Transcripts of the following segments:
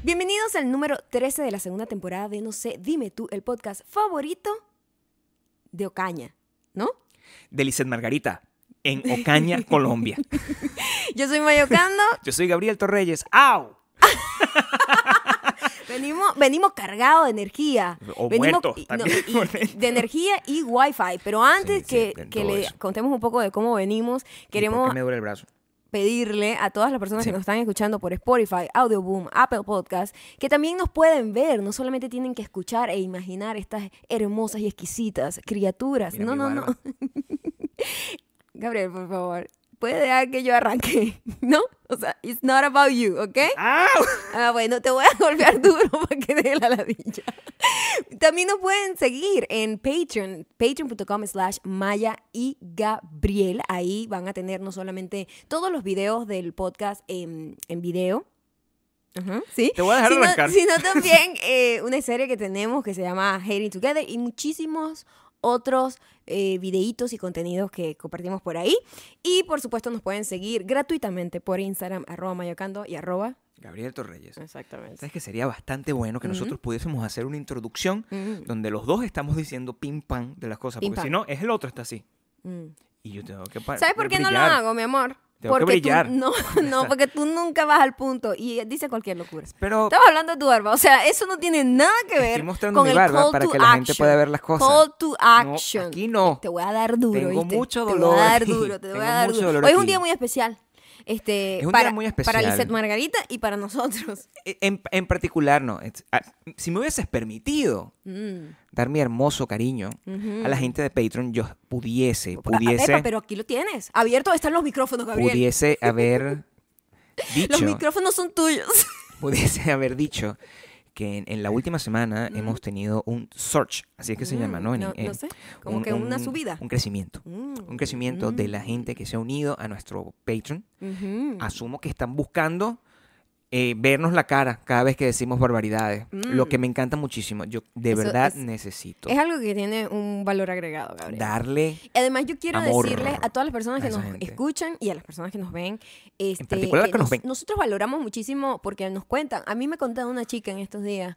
Bienvenidos al número 13 de la segunda temporada de No sé, dime tú, el podcast favorito de Ocaña, ¿no? De Lizeth Margarita, en Ocaña, Colombia. Yo soy Mayocando. Yo soy Gabriel Torreyes. ¡Au! Venimos cargados de energía. O venimos, muertos también. de energía y wifi. Pero antes Sí, que le eso. contemos un poco de cómo venimos, ¿Por queremos qué me duele el brazo? pedirle a todas las personas Sí. que nos están escuchando por Spotify, Audioboom, Apple Podcast, que también nos pueden ver, no solamente tienen que escuchar e imaginar estas hermosas y exquisitas criaturas. Mira No, mi no, no. barba. Gabriel, por favor, puede dejar que yo arranque, ¿no? O sea, it's not about you, ¿ok? ¡Au! Ah, bueno, te voy a golpear duro para que deje la ladilla. También nos pueden seguir en Patreon, patreon.com/Maya y Gabriel. Ahí van a tener no solamente todos los videos del podcast en video, ¿sí? Te voy a dejar arrancar. Sino también una serie que tenemos que se llama Hating Together y muchísimos otros videitos y contenidos que compartimos por ahí. Y por supuesto nos pueden seguir gratuitamente por Instagram, @mayocando y Gabriel Torreyes. Exactamente. ¿Sabes que sería bastante bueno que nosotros pudiésemos hacer una introducción donde los dos estamos diciendo pim pam de las cosas? Pim, Porque pam. si no, es el otro está así. Mm. Y yo tengo que ¿Sabes por qué no lo brillar. hago, mi amor? Tengo que Porque brillar. tú no, porque tú nunca vas al punto y dice cualquier locura. Pero Estamos hablando de tu barba, o sea, eso no tiene nada que ver estoy mostrando con mi el barba call para to que la gente action. pueda ver las cosas. Call to action. No, aquí no. Te voy a dar duro, Tengo ¿viste? mucho Te voy dolor a dar aquí. duro, te voy Tengo a dar mucho duro. dolor Hoy es un aquí. día muy especial. Es un Para, día muy especial. Para Lizeth Margarita y para nosotros. En particular, no. Si me hubieses permitido dar mi hermoso cariño a la gente de Patreon, yo pudiese, Epa, pero aquí lo tienes. Abiertos están los micrófonos, Gabriel. pudiese haber Los dicho, micrófonos son tuyos. pudiese haber dicho que en la última semana hemos tenido un surge, así es que se llama, ¿no? No sé, como que una subida. Un crecimiento. Un crecimiento de la gente que se ha unido a nuestro Patreon. Asumo que están buscando vernos la cara cada vez que decimos barbaridades. Lo que me encanta muchísimo. Yo de Eso verdad es- necesito Es algo que tiene un valor agregado, Gabriel. darle, Además, yo quiero amor decirles a todas las personas a que esa nos gente. escuchan y a las personas que nos ven, en particular que nos ven. nosotros valoramos muchísimo porque nos cuentan. A mí me contaba una chica en estos días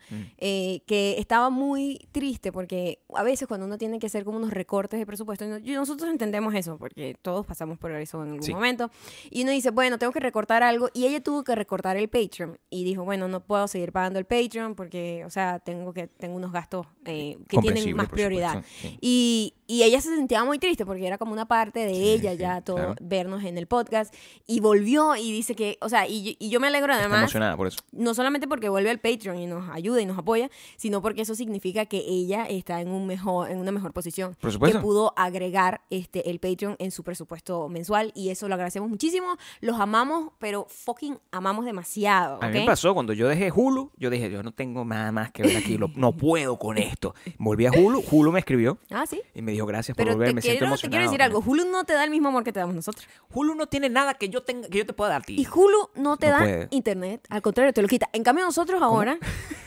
que estaba muy triste porque a veces cuando uno tiene que hacer como unos recortes de presupuesto, y nosotros entendemos eso porque todos pasamos por eso en algún Sí. momento, y uno dice, bueno, tengo que recortar algo, y ella tuvo que recortar el Patreon y dijo, bueno, no puedo seguir pagando el Patreon porque, o sea, tengo unos gastos que tienen Comprensible, más por prioridad. supuesto, sí. Y ella se sentía muy triste porque era como una parte de ella sí, ya todo claro. vernos en el podcast y volvió y dice que, o sea, y yo me alegro Está además, emocionada por eso. no solamente porque vuelve al Patreon y nos ayuda y nos apoya, sino porque eso significa que ella está en una mejor posición. Por supuesto. Que pudo agregar el Patreon en su presupuesto mensual y eso lo agradecemos muchísimo. Los amamos, pero fucking amamos demasiado, A mí ¿ok? me pasó cuando yo dejé Hulu, yo dije, yo no tengo nada más que ver aquí, no puedo con esto. Volví a Hulu me escribió Ah, sí. y me dijo gracias por Pero volver, me siento te emocionado. quiero decir algo. Hulu no te da el mismo amor que te damos nosotros. Hulu no tiene nada que yo te pueda dar a ti. Y Hulu no te No da puede. internet, al contrario, te lo quita. En cambio, nosotros ahora,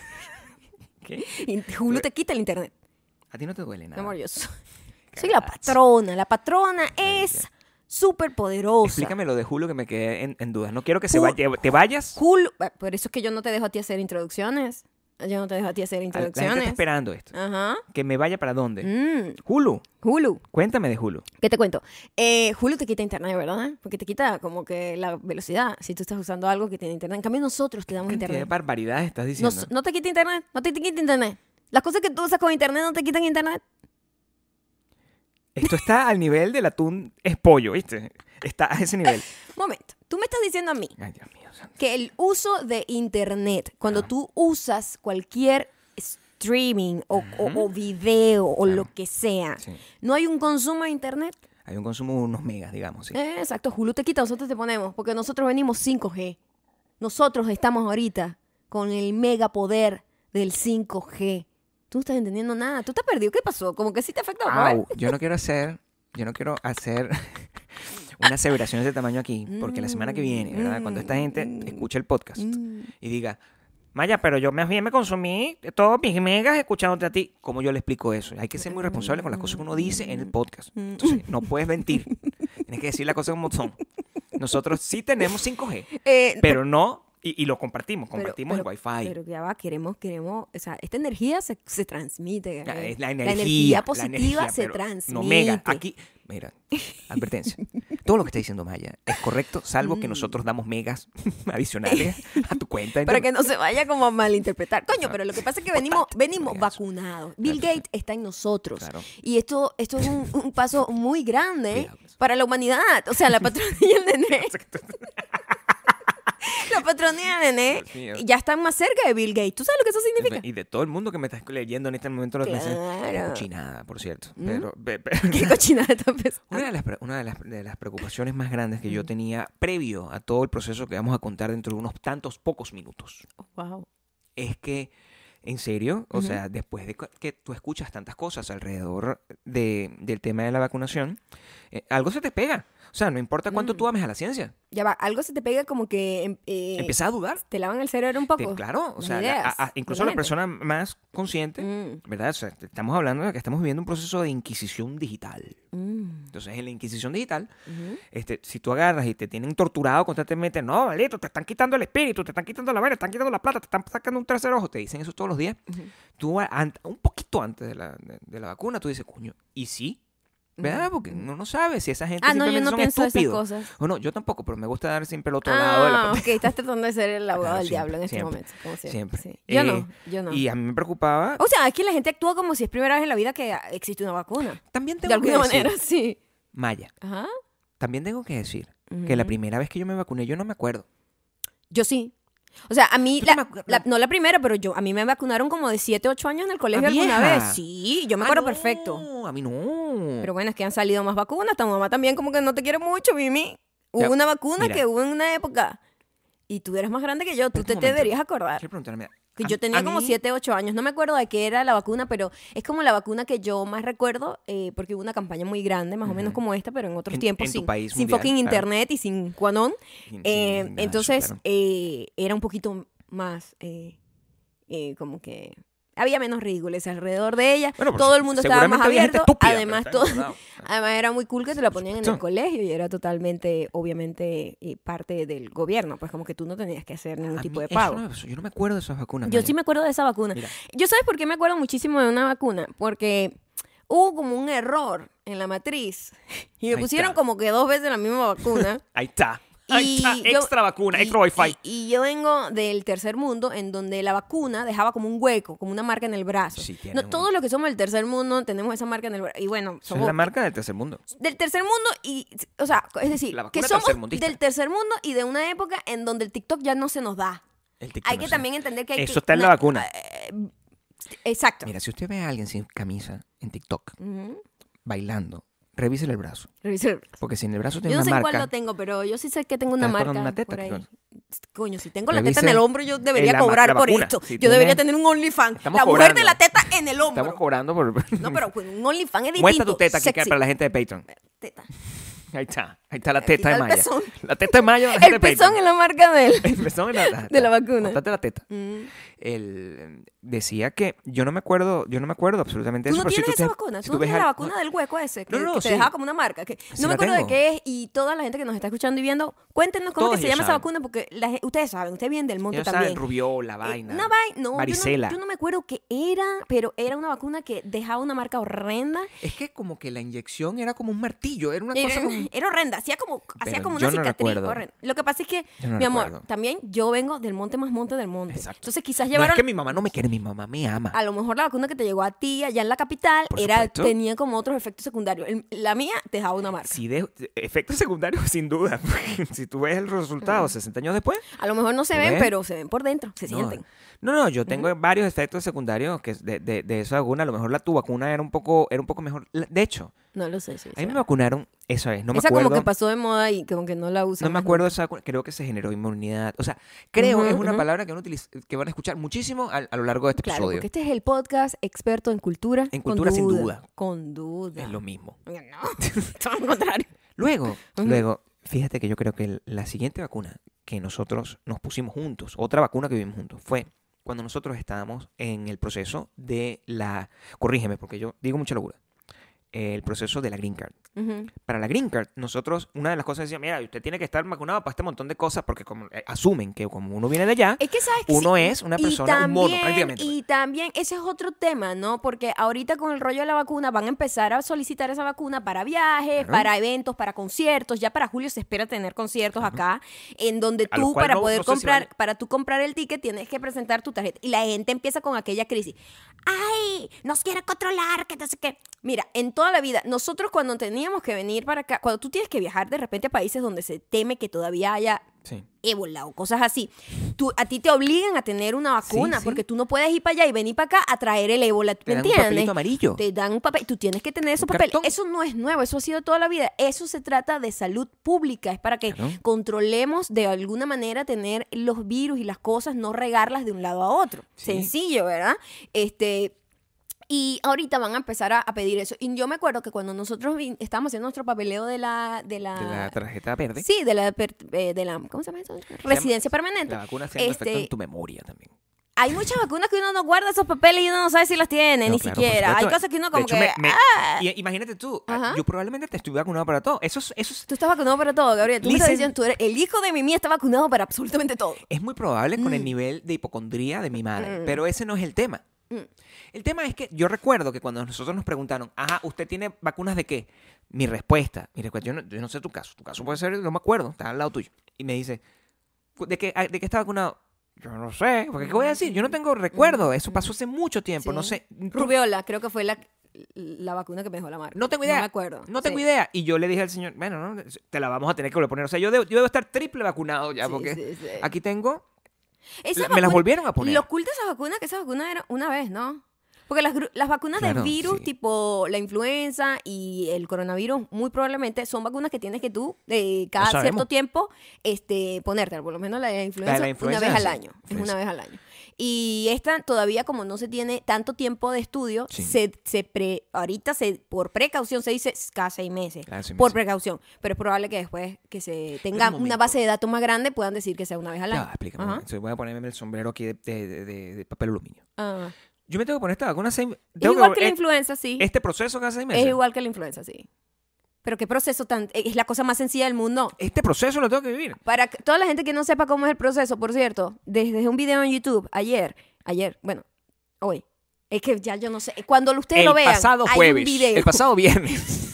¿Qué? Hulu te quita el internet. A ti no te duele Mi nada. amor, yo soy la patrona. La patrona es súper poderosa. Explícame lo de Hulu que me quedé en duda. No quiero que Hulu- te vayas. Hulu, por eso es que yo no te dejo a ti hacer introducciones. Yo no te dejo a ti hacer La gente está introducciones. esperando esto. Ajá. Que me vaya para dónde. Hulu. Cuéntame de Hulu. ¿Qué te cuento? Hulu te quita internet, ¿verdad? Porque te quita como que la velocidad si tú estás usando algo que tiene internet. En cambio, nosotros te damos ¿Qué internet. barbaridades estás diciendo? No te quita internet. No te quita internet. Las cosas que tú usas con internet no te quitan internet. Esto está al nivel del atún es pollo, ¿viste? Está a ese nivel. Momento. Tú me estás diciendo a mí Ay, Dios mío. santo. que el uso de internet, cuando tú usas cualquier streaming o video o Claro. lo que sea, Sí. ¿no hay un consumo de internet? Hay un consumo de unos megas, digamos. Sí. Exacto, Hulu te quita, nosotros te ponemos, porque nosotros venimos 5G. Nosotros estamos ahorita con el mega poder del 5G. Tú no estás entendiendo nada, tú estás perdido, ¿qué pasó? Como que sí te afecta, ¿no? Au, yo no quiero hacer una aseveración de ese tamaño aquí, porque la semana que viene, ¿verdad? Cuando esta gente escuche el podcast y diga, Maya, pero yo más bien me consumí todos mis megas escuchándote a ti. ¿Cómo yo le explico eso? Hay que ser muy responsable con las cosas que uno dice en el podcast. Entonces, no puedes mentir. Tienes que decir las cosas como son. Nosotros sí tenemos 5G, pero no Y lo compartimos el wifi. Pero ya va, queremos, o sea, esta energía se transmite. Es la energía positiva se transmite. No, mega. Aquí, mira, advertencia. Todo lo que está diciendo Maya es correcto, salvo que nosotros damos megas adicionales a tu cuenta. Para que no se vaya como a malinterpretar. Coño, pero lo que pasa es que venimos vacunados. Bill Gates está en nosotros. Claro. Y esto es un paso muy grande para la humanidad. O sea, la patronía del nené. La patronía del nené ya están más cerca de Bill Gates. ¿Tú sabes lo que eso significa? Y de todo el mundo que me está leyendo en este momento lo que me dice, cochinada, por cierto. Pero, ¿qué cochinada está pensando? Una de las preocupaciones más grandes que yo tenía previo a todo el proceso que vamos a contar dentro de unos tantos pocos minutos. Wow. Es que, en serio, o sea, después de que tú escuchas tantas cosas alrededor del tema de la vacunación, algo se te pega. O sea, no importa cuánto tú ames a la ciencia. Ya va, algo se te pega como que... Empieza a dudar. Te lavan el cerebro un poco. Claro, o sea, incluso la persona más consciente, ¿verdad? O sea, estamos hablando de que estamos viviendo un proceso de inquisición digital. Entonces, en la inquisición digital, si tú agarras y te tienen torturado constantemente, no, malito, te están quitando el espíritu, te están quitando la vaina, te están quitando la plata, te están sacando un tercer ojo, te dicen eso todos los días. Tú, un poquito antes de la vacuna, tú dices, coño, ¿y sí? ¿Verdad? Porque uno no sabe si esa gente simplemente yo no pienso estúpidos. esas cosas. O no, yo tampoco, pero me gusta dar siempre el otro lado de la ok, estás tratando de ser el abogado del diablo en este momento. Como siempre. Sí. Yo no. Y a mí me preocupaba... O sea, es que la gente actúa como si es primera vez en la vida que existe una vacuna. También tengo de alguna que decir, manera, sí. Maya, Ajá. también tengo que decir que la primera vez que yo me vacuné, yo no me acuerdo. Yo sí. O sea, a mí, no la primera, pero a mí me vacunaron como de 7, 8 años en el colegio alguna vez. Sí, yo me acuerdo perfecto. No, a mí no. Pero bueno, es que han salido más vacunas. Tu mamá también como que no te quiere mucho, Mimi. Hubo una vacuna que hubo en una época. Y tú eres más grande que yo, tú te deberías acordar. Quiero preguntarme. Que yo tenía como 7, 8 años. No me acuerdo de qué era la vacuna, pero es como la vacuna que yo más recuerdo, porque hubo una campaña muy grande, más o menos como esta, pero en otros tiempos, sin fucking internet y sin Quanon. Entonces, claro. Era un poquito más como que había menos ridículos alrededor de ella. Bueno, todo el mundo estaba más abierto. Además, además era muy cool que te la ponían en el colegio y era totalmente, obviamente, parte del gobierno. Pues como que tú no tenías que hacer ningún tipo de pago. Yo no me acuerdo de esas vacunas. Yo sí me acuerdo de esa vacuna. Mira. Yo, ¿sabes por qué me acuerdo muchísimo de una vacuna? Porque hubo como un error en la matriz y me pusieron como que 2 veces la misma vacuna. Ahí está. Extra vacuna, extra wifi. Y yo vengo del tercer mundo, en donde la vacuna dejaba como un hueco, como una marca en el brazo. Sí, todos los que somos del tercer mundo tenemos esa marca en el brazo. Y bueno, somos la marca del tercer mundo. Del tercer mundo y, o sea, es decir, que somos del tercer mundo y de una época en donde el TikTok ya no se nos da. Hay que también entender que hay eso está en la vacuna. Exacto. Mira, si usted ve a alguien sin camisa en TikTok bailando, revísele el brazo. Porque si en el brazo tiene una marca... Yo no sé cuál lo tengo, pero yo sí sé que tengo una marca una teta, por ahí. Coño, si tengo la teta en el hombro, yo debería cobrar por esto. Si yo debería tener un OnlyFans. La mujer de la teta en el hombro. Estamos cobrando por... No, pero un OnlyFans es distinto. Muestra tu teta aquí para la gente de Patreon. Teta. Ahí está la teta de Maya. La teta de Maya. El pezón es la marca de él. El pezón es de la vacuna. Bastante la teta. Él decía que yo no me acuerdo absolutamente de eso. ¿Tú no tienes esa vacuna? ¿Tú no tienes la vacuna del hueco ese? Que te dejaba como una marca. No me acuerdo de qué es. Y toda la gente que nos está escuchando y viendo, cuéntenos cómo que se llama esa vacuna, porque ustedes saben, ustedes vienen del monte también. Rubiola, vaina. Una vaina. No, varicela. Yo no me acuerdo qué era, pero era una vacuna que dejaba una marca horrenda. Es que como que la inyección era como un martillo. Era una cosa como... Era horrenda. Hacía como una cicatriz horrenda. Lo que pasa es que, mi amor, también yo vengo del monte más monte del monte. Exacto. Entonces quizás llevaron... No es que mi mamá no me quiere, mi mamá me ama. A lo mejor la vacuna que te llegó a ti allá en la capital tenía como otros efectos secundarios. La mía te dejaba una marca. Sí, efectos secundarios sin duda. Si tú ves el resultado 60 años después. A lo mejor no se ven, pero se ven por dentro, se sienten. No, yo tengo varios efectos secundarios que de esa vacuna. A lo mejor tu vacuna era un poco mejor. De hecho, no lo sé. A mí me vacunaron, esa vez, no me esa acuerdo. Como que pasó de moda y como que no la usan. No me acuerdo de esa vacuna, creo que se generó inmunidad. O sea, creo es una palabra que van a escuchar muchísimo a lo largo de este episodio. Porque este es el podcast experto en cultura. En cultura sin duda. Con duda. Es lo mismo. No, todo lo contrario. Luego, fíjate que yo creo que la siguiente vacuna que nosotros nos pusimos juntos, otra vacuna que vivimos juntos, fue cuando nosotros estábamos en el proceso de corrígeme, porque yo digo mucha locura, el proceso de la Green Card. Ujú. Para la Green Card, nosotros, una de las cosas decía, mira, usted tiene que estar vacunado para este montón de cosas, porque como asumen que como uno viene de allá, Es que sabes que uno sí. es una Y persona, un mono, también- prácticamente. Y también, ese es otro tema, ¿no? Porque ahorita con el rollo de la vacuna van a empezar a solicitar esa vacuna para viajes, Claro. para eventos, para conciertos. Ya para julio se espera tener conciertos acá, en donde A los tú, cuales para no- poder no sé si comprar, vaya. para tú comprar el ticket, tienes que presentar tu tarjeta. Y la gente empieza con aquella crisis. ¡Ay! Nos quiere controlar, que no sé qué. Mira, en toda la vida, nosotros cuando teníamos que venir para acá, cuando tú tienes que viajar de repente a países donde se teme que todavía haya Sí. ébola o cosas así, a ti te obligan a tener una vacuna Sí. porque tú no puedes ir para allá y venir para acá a traer el ébola, Te ¿me dan un entiendes? papelito amarillo. Te dan un papel, tú tienes que tener esos Un papeles. cartón. Eso no es nuevo, eso ha sido toda la vida. Eso se trata de salud pública, es para que Claro. controlemos de alguna manera tener los virus y las cosas, no regarlas de un lado a otro. Sí. Sencillo, ¿verdad? Y ahorita van a empezar a pedir eso. Y yo me acuerdo que cuando nosotros estábamos haciendo nuestro papeleo de la De la tarjeta verde. Sí, de la ¿cómo se llama eso? Residencia permanente. La vacuna haciendo efecto en tu memoria también. Hay muchas vacunas que uno no guarda esos papeles y uno no sabe si las tiene, No, ni claro, por siquiera. Hay supuesto. cosas que uno De como hecho, que... Imagínate tú, Ajá. yo probablemente te estoy vacunado para todo. Eso Tú estás vacunado para todo, Gabriel. Tú me estás Listen. diciendo, tú eres el hijo de Mimi está vacunado para absolutamente todo. es muy probable con el nivel de hipocondría de mi madre, pero ese no es el tema. El tema es que yo recuerdo que cuando nosotros nos preguntaron, ajá, ¿usted tiene vacunas de qué? Mi respuesta, yo no sé tu caso puede ser, no me acuerdo, está al lado tuyo. Y me dice, ¿de qué está vacunado? Yo no sé, porque ¿qué voy a decir? Yo no tengo recuerdo, eso pasó hace mucho tiempo, Sí. no sé. Rubiola, creo que fue la vacuna que me dejó la marca. No tengo idea. No me acuerdo. No tengo Sí. idea. Y yo le dije al señor, bueno, no, te la vamos a tener que volver a poner. O sea, yo debo estar triple vacunado ya, Sí, porque sí, sí. aquí tengo... Esas me las vacunas- volvieron a poner. Lo oculta esa vacuna, que esa vacuna era una vez, ¿no? Porque las vacunas Claro, del virus, sí. tipo la influenza y el coronavirus, muy probablemente son vacunas que tienes que tú, cada Lo sabemos. cierto tiempo, ponerte. Por lo menos la de la influenza, una vez al sí. año. Es una vez al año. Y esta todavía, como no se tiene tanto tiempo de estudio, Sí. ahorita por precaución se dice cada 6 meses. Cada 6 Por meses. precaución. Pero es probable que después que se tenga un una momento. base de datos más grande puedan decir que sea una vez al año. Ya, explícame. Ajá. Entonces voy a ponerme el sombrero aquí de papel aluminio. Ah. Yo me tengo que poner esta vacuna Es igual que la influenza, sí. Este proceso cada 6 meses. Es igual que la influenza, sí. Pero qué proceso es la cosa más sencilla del mundo. Este proceso lo tengo que vivir. Para toda la gente que no sepa cómo es el proceso, por cierto, desde un video en YouTube bueno, hoy. Es que ya yo no sé. Cuando ustedes lo vean, El pasado hay jueves. un video. El pasado viernes.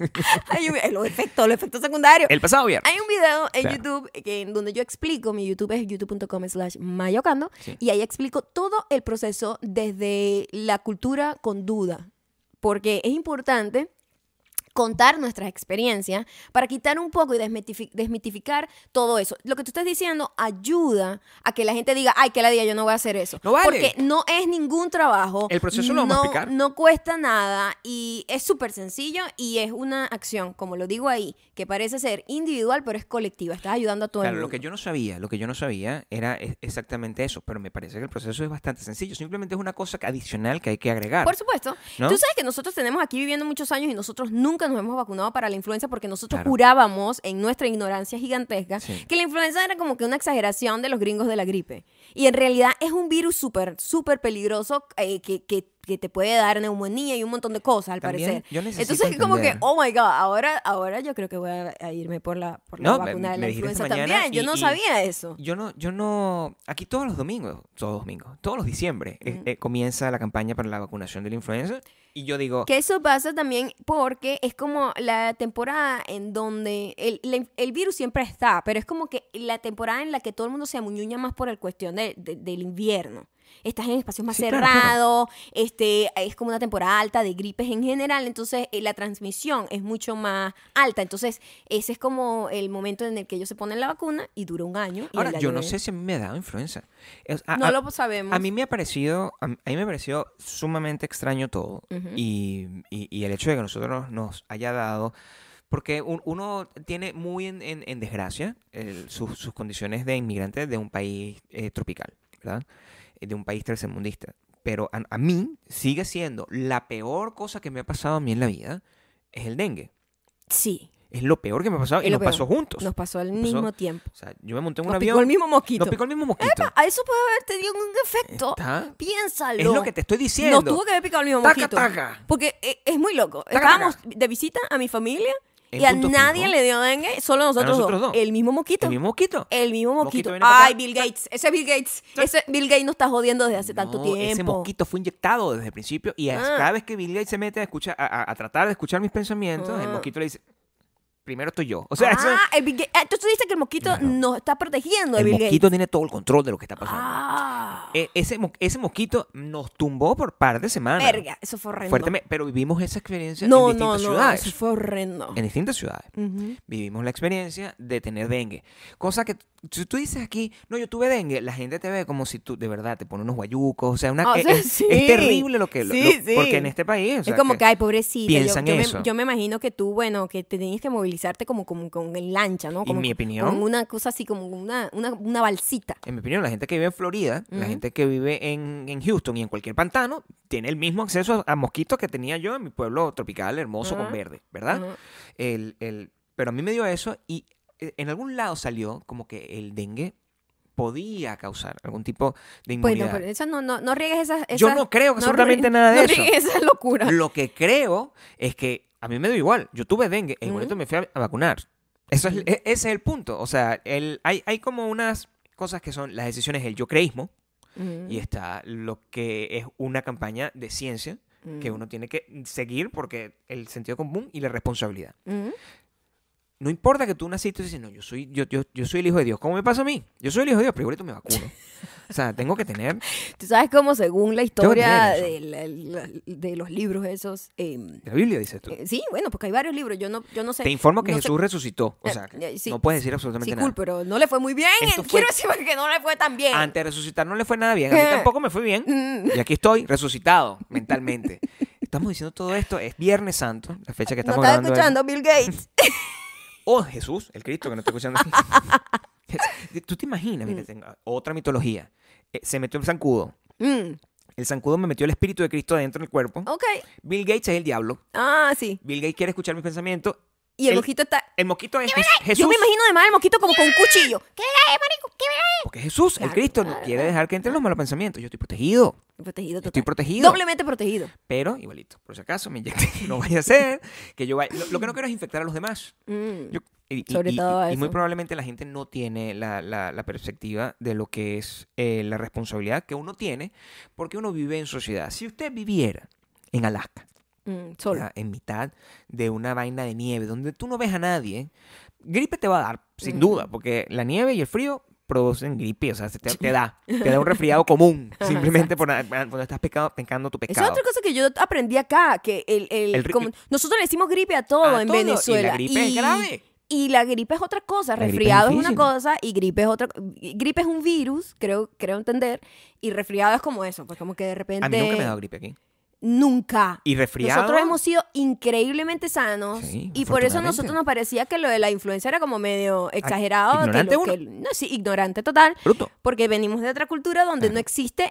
Los efectos secundarios. El pasado viernes. Hay un video en Claro. YouTube en donde yo explico, mi YouTube es youtube.com/mayocando, Sí. y ahí explico todo el proceso desde la cultura con duda, porque es importante contar nuestras experiencias para quitar un poco y desmitificar todo eso. Lo que tú estás diciendo ayuda a que la gente diga, ay, que la diga, yo no voy a hacer eso. No vale. Porque no es ningún trabajo. El proceso lo vamos a explicar. No cuesta nada y es súper sencillo y es una acción, como lo digo ahí, que parece ser individual, pero es colectiva. Estás ayudando a todo el Claro, mundo. lo que yo no sabía era exactamente eso, pero me parece que el proceso es bastante sencillo. Simplemente es una cosa adicional que hay que agregar. Por supuesto. ¿No? Tú sabes que nosotros tenemos aquí viviendo muchos años y nosotros nunca nos hemos vacunado para la influenza porque nosotros Claro. jurábamos en nuestra ignorancia gigantesca Sí. que la influenza era como que una exageración de los gringos de la gripe. Y en realidad es un virus súper, súper peligroso que te puede dar neumonía y un montón de cosas, al También parecer. yo necesito Entonces es como que, entender. oh my God, ahora yo creo que voy a irme por la No, vacuna de la me dijiste influenza esta mañana también. Yo no y- sabía eso. Yo no, aquí todos los domingos, todos los diciembre comienza la campaña para la vacunación de la influenza y yo digo, Que eso pasa también porque es como la temporada en donde el virus siempre está, pero es como que la temporada en la que todo el mundo se amuñuña más por el cuestión del invierno. Estás en espacios más Sí, claro, cerrados, es como una temporada alta de gripes en general, entonces la transmisión es mucho más alta. Entonces ese es como el momento en el que ellos se ponen la vacuna y dura un año. Y ahora el yo año no sé si a mí me ha dado influenza. No lo sabemos. A mí me ha parecido sumamente extraño todo y el hecho de que nosotros nos haya dado, porque uno tiene muy en desgracia sus condiciones de inmigrante de un país tropical, ¿verdad? De un país tercermundista. Pero a mí sigue siendo la peor cosa que me ha pasado a mí en la vida es el dengue. Sí. Es lo peor que me ha pasado y Es lo nos peor. pasó juntos. Nos pasó al Pasó- mismo tiempo. O sea, yo me monté en un Nos avión. picó el mismo mosquito. Nos picó el mismo mosquito. A eso puede haber tenido un efecto. Está- Piénsalo. Es lo que te estoy diciendo. Nos tuvo que haber picado el mismo Taca, mosquito. taca. Porque es muy loco. Taca, Estábamos taca. de visita a mi familia En y a punto nadie fijo. le dio dengue, solo a nosotros, nosotros dos. El mismo mosquito. El mismo mosquito. El mismo Mosquito mosquito. viene para Ay, acá. Bill Gates. Ese Bill Gates. Ese Bill Gates nos está jodiendo desde hace tanto No, tiempo. ese mosquito fue inyectado desde el principio y cada vez que Bill Gates se mete a tratar de escuchar mis pensamientos, el mosquito le dice, primero estoy yo. O sea, eso- el Bill Gates. Entonces tú dices que el mosquito Claro. nos está protegiendo de el Bill mosquito Gates. tiene todo el control de lo que está pasando. Ah. Ese mosquito nos tumbó por par de semanas. Verga, eso fue horrendo. Fuertemente, pero vivimos esa experiencia No, en no, distintas no. ciudades. Eso fue horrendo. En distintas ciudades. Ujú. Vivimos la experiencia de tener dengue. Cosa que, si tú dices aquí, no, yo tuve dengue, la gente te ve como si tú, de verdad, te pone unos guayucos. O sea, O sea, es sí. terrible lo que... Sí, sí. Porque en este país... o Es sea, como que, ay, pobrecita. piensan eso. Yo me imagino que tú, bueno, que te tenías que movilizarte como en lancha, ¿no? En Como, mi opinión. Como una cosa así, como una balsita. En mi opinión, la gente que vive en Florida, la Ujú. gente que vive en Houston y en cualquier pantano, tiene el mismo acceso a mosquitos que tenía yo en mi pueblo tropical, hermoso, Ajá. con verde, ¿verdad? Ajá. Pero a mí me dio eso y en algún lado salió como que el dengue podía causar algún tipo de Bueno, inmunidad. pero eso no riegues esas... Yo no creo absolutamente nada de no eso. riegues esa locura. Lo que creo es que a mí me dio igual. Yo tuve dengue e igualito me fui a vacunar. Ese es el punto. O sea, hay como unas cosas que son las decisiones del yo creísmo Ujú. y está lo que es una campaña de ciencia que uno tiene que seguir porque el sentido común y la responsabilidad. Ujú. No importa que tú naciste y dices, no, yo soy el hijo de Dios. ¿Cómo me pasa a mí? Yo soy el hijo de Dios, pero igualito me vacuno. O sea, tengo que tener... Tú sabes cómo según la historia tener de los libros esos... La Biblia dice tú. sí, bueno, porque hay varios libros. Yo no sé. Te informo que no sé- Jesús resucitó. O sea, sí. no puedes decir Sí, absolutamente cool, nada. pero no le fue muy bien. Esto fue- Quiero decir que no le fue tan bien. Antes de resucitar no le fue nada bien. A mí tampoco me fue bien. Y aquí estoy, resucitado mentalmente. Estamos diciendo todo esto. Es Viernes Santo, la fecha que No estamos estás grabando. escuchando Bill Gates. Oh, Jesús, el Cristo que no está escuchando. Tú te imaginas, mira, tengo otra mitología. Se metió el zancudo. Mm, El zancudo me metió el espíritu de Cristo dentro del cuerpo. ok. Bill Gates es el diablo. Ah, sí. Bill Gates quiere escuchar mis pensamientos. Y el mosquito está... El mosquito es Jesús. Yo me imagino además el mosquito como con un cuchillo. ¿Qué marico? ¿Qué Porque Jesús, el Claro, Cristo, no claro, quiere claro. dejar que entren los malos pensamientos. Yo estoy protegido. Protegido total. Estoy protegido. Doblemente protegido. Pero, igualito, por si acaso me inyecté. No vaya a ser que yo vaya... Lo que no quiero es infectar a los demás. Mm. Yo- Sobre todo y muy eso. probablemente la gente no tiene la perspectiva de lo que es la responsabilidad que uno tiene porque uno vive en sociedad. Si usted viviera en Alaska, Solo. ¿verdad? En mitad de una vaina de nieve donde tú no ves a nadie, gripe te va a dar, sin Mm. duda, porque la nieve y el frío producen gripe, o sea, te da un resfriado común, Ajá, simplemente cuando estás pescando tu Esa es pescado. otra cosa que yo aprendí acá, que como nosotros le decimos gripe a todo A en todo, y la Venezuela. gripe es grave. Y la gripe es otra cosa, La gripe es resfriado es una difícil. cosa y gripe es otra. Gripe es un virus, creo entender, y resfriado es como eso, pues como que de repente A mí nunca me ha dado gripe aquí. nunca. Y resfriado. Nosotros hemos sido increíblemente sanos Sí, y por eso a afortunadamente. nosotros nos parecía que lo de la influenza era como medio exagerado. ignorante uno. No, sí, ignorante total. Bruto. Porque venimos de otra cultura donde Claro. no existe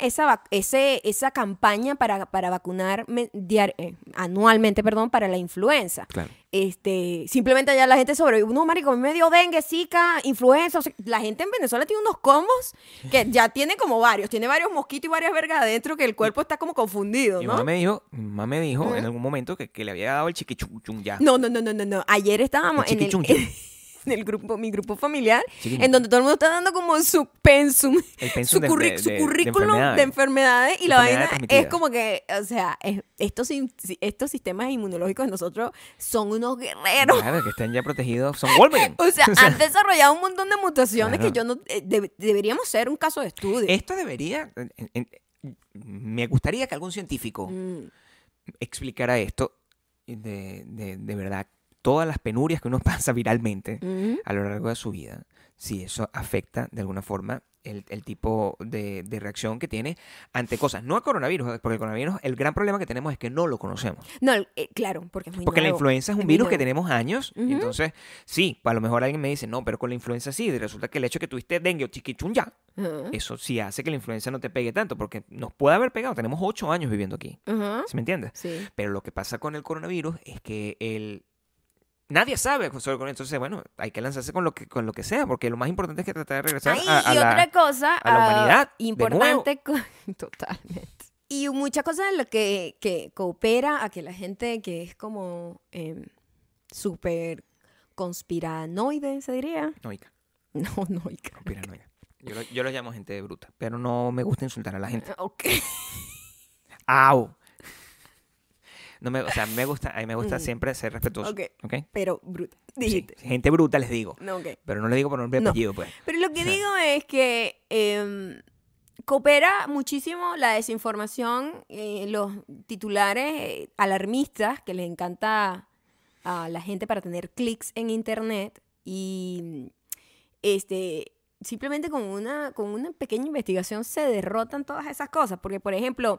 esa campaña para vacunar anualmente, para la influenza. Claro. Simplemente allá la gente sobrevive. No, marico, a mí me dio dengue, zika, influenza. O sea, la gente en Venezuela tiene unos combos que ya tiene como varios. Tiene varios mosquitos y varias vergas adentro que el cuerpo está como confundido, Mi ¿no? mamá me dijo en algún momento que le había dado el chiquichun ya. No. Ayer estábamos El en el, chiquichuncho. en el grupo, mi grupo familiar, Chiquichuncho. en donde todo el mundo está dando como su pensum, El pensum su currículum de enfermedades y la vaina Enfermedades transmitidas. es como que, o sea, estos sistemas inmunológicos de nosotros son unos guerreros. Claro, que están ya protegidos. Son Wolverine. O sea, han desarrollado un montón de mutaciones Claro. que yo no deberíamos ser un caso de estudio. Esto debería... me gustaría que algún científico Mm. explicara esto de verdad. Todas las penurias que uno pasa viralmente Mm. a lo largo de su vida, si eso afecta de alguna forma el tipo de reacción que tiene ante cosas. No al coronavirus, porque el coronavirus, el gran problema que tenemos es que no lo conocemos. No, claro, porque es muy Porque la nuevo. influenza es un muy virus que nuevo. tenemos años. Y Ujú. entonces, sí, a lo mejor alguien me dice, no, pero con la influenza sí. Y resulta que el hecho de que tuviste dengue o chiquichun ya, Ajá. eso sí hace que la influenza no te pegue tanto, porque nos puede haber pegado. Tenemos 8 años viviendo aquí. Ajá. ¿Sí me entiendes? Sí. Pero lo que pasa con el coronavirus es que nadie sabe. Entonces, bueno, hay que lanzarse con lo que sea, porque lo más importante es que tratar de regresar Ay, a y otra cosa a la humanidad. importante, totalmente. Y muchas cosas en lo que coopera a que la gente que es como súper conspiranoide, se diría. Noica. No, noica. Conspiranoica. Yo lo llamo gente bruta, pero no me gusta insultar a la gente. Ok. ¡Au! No me, o sea, a mí me gusta siempre ser respetuoso. Ok. ¿Ok? Pero bruta. Sí, Dijiste. gente bruta les digo. No, ok. Pero no les digo por nombre y No. apellido, pues. Pero lo que O sea, digo es que coopera muchísimo la desinformación, los titulares alarmistas que les encanta a la gente para tener clics en internet y simplemente con una pequeña investigación se derrotan todas esas cosas. Porque, por ejemplo,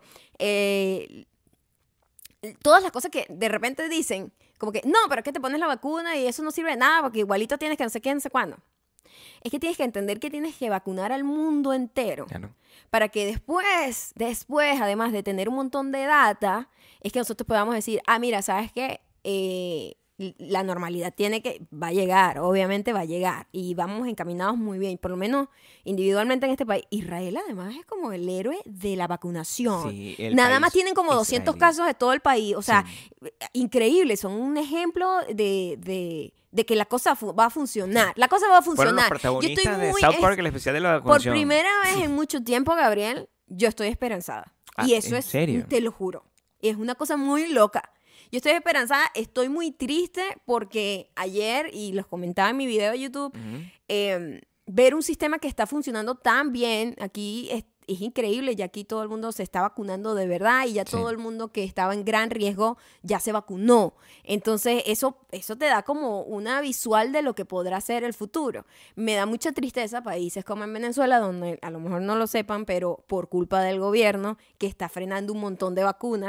todas las cosas que de repente dicen, como que, no, pero es que te pones la vacuna y eso no sirve de nada porque igualito tienes que no sé qué, no sé cuándo. Es que tienes que entender que tienes que vacunar al mundo entero claro. para que después, además de tener un montón de data, es que nosotros podamos decir, mira, ¿sabes qué? La normalidad va a llegar, obviamente va a llegar y vamos encaminados muy bien, por lo menos individualmente en este país. Israel además es como el héroe de la vacunación. Sí, Nada más tienen como 200 israelí. casos de todo el país, o sea, increíble, son un ejemplo de que la cosa va a funcionar. La cosa va a Fueron los funcionar. protagonistas de South Park, el especial de la Por vacunación. primera vez en mucho tiempo, Gabriel, yo estoy esperanzada. Y eso ¿en serio? te lo juro, es una cosa muy loca. Yo estoy esperanzada, estoy muy triste porque ayer, y los comentaba en mi video de YouTube, ver un sistema que está funcionando tan bien, aquí es increíble, ya aquí todo el mundo se está vacunando de verdad y ya todo el mundo que estaba en gran riesgo ya se vacunó. Entonces eso te da como una visual de lo que podrá ser el futuro. Me da mucha tristeza países como en Venezuela, donde a lo mejor no lo sepan, pero por culpa del gobierno que está frenando un montón de vacunas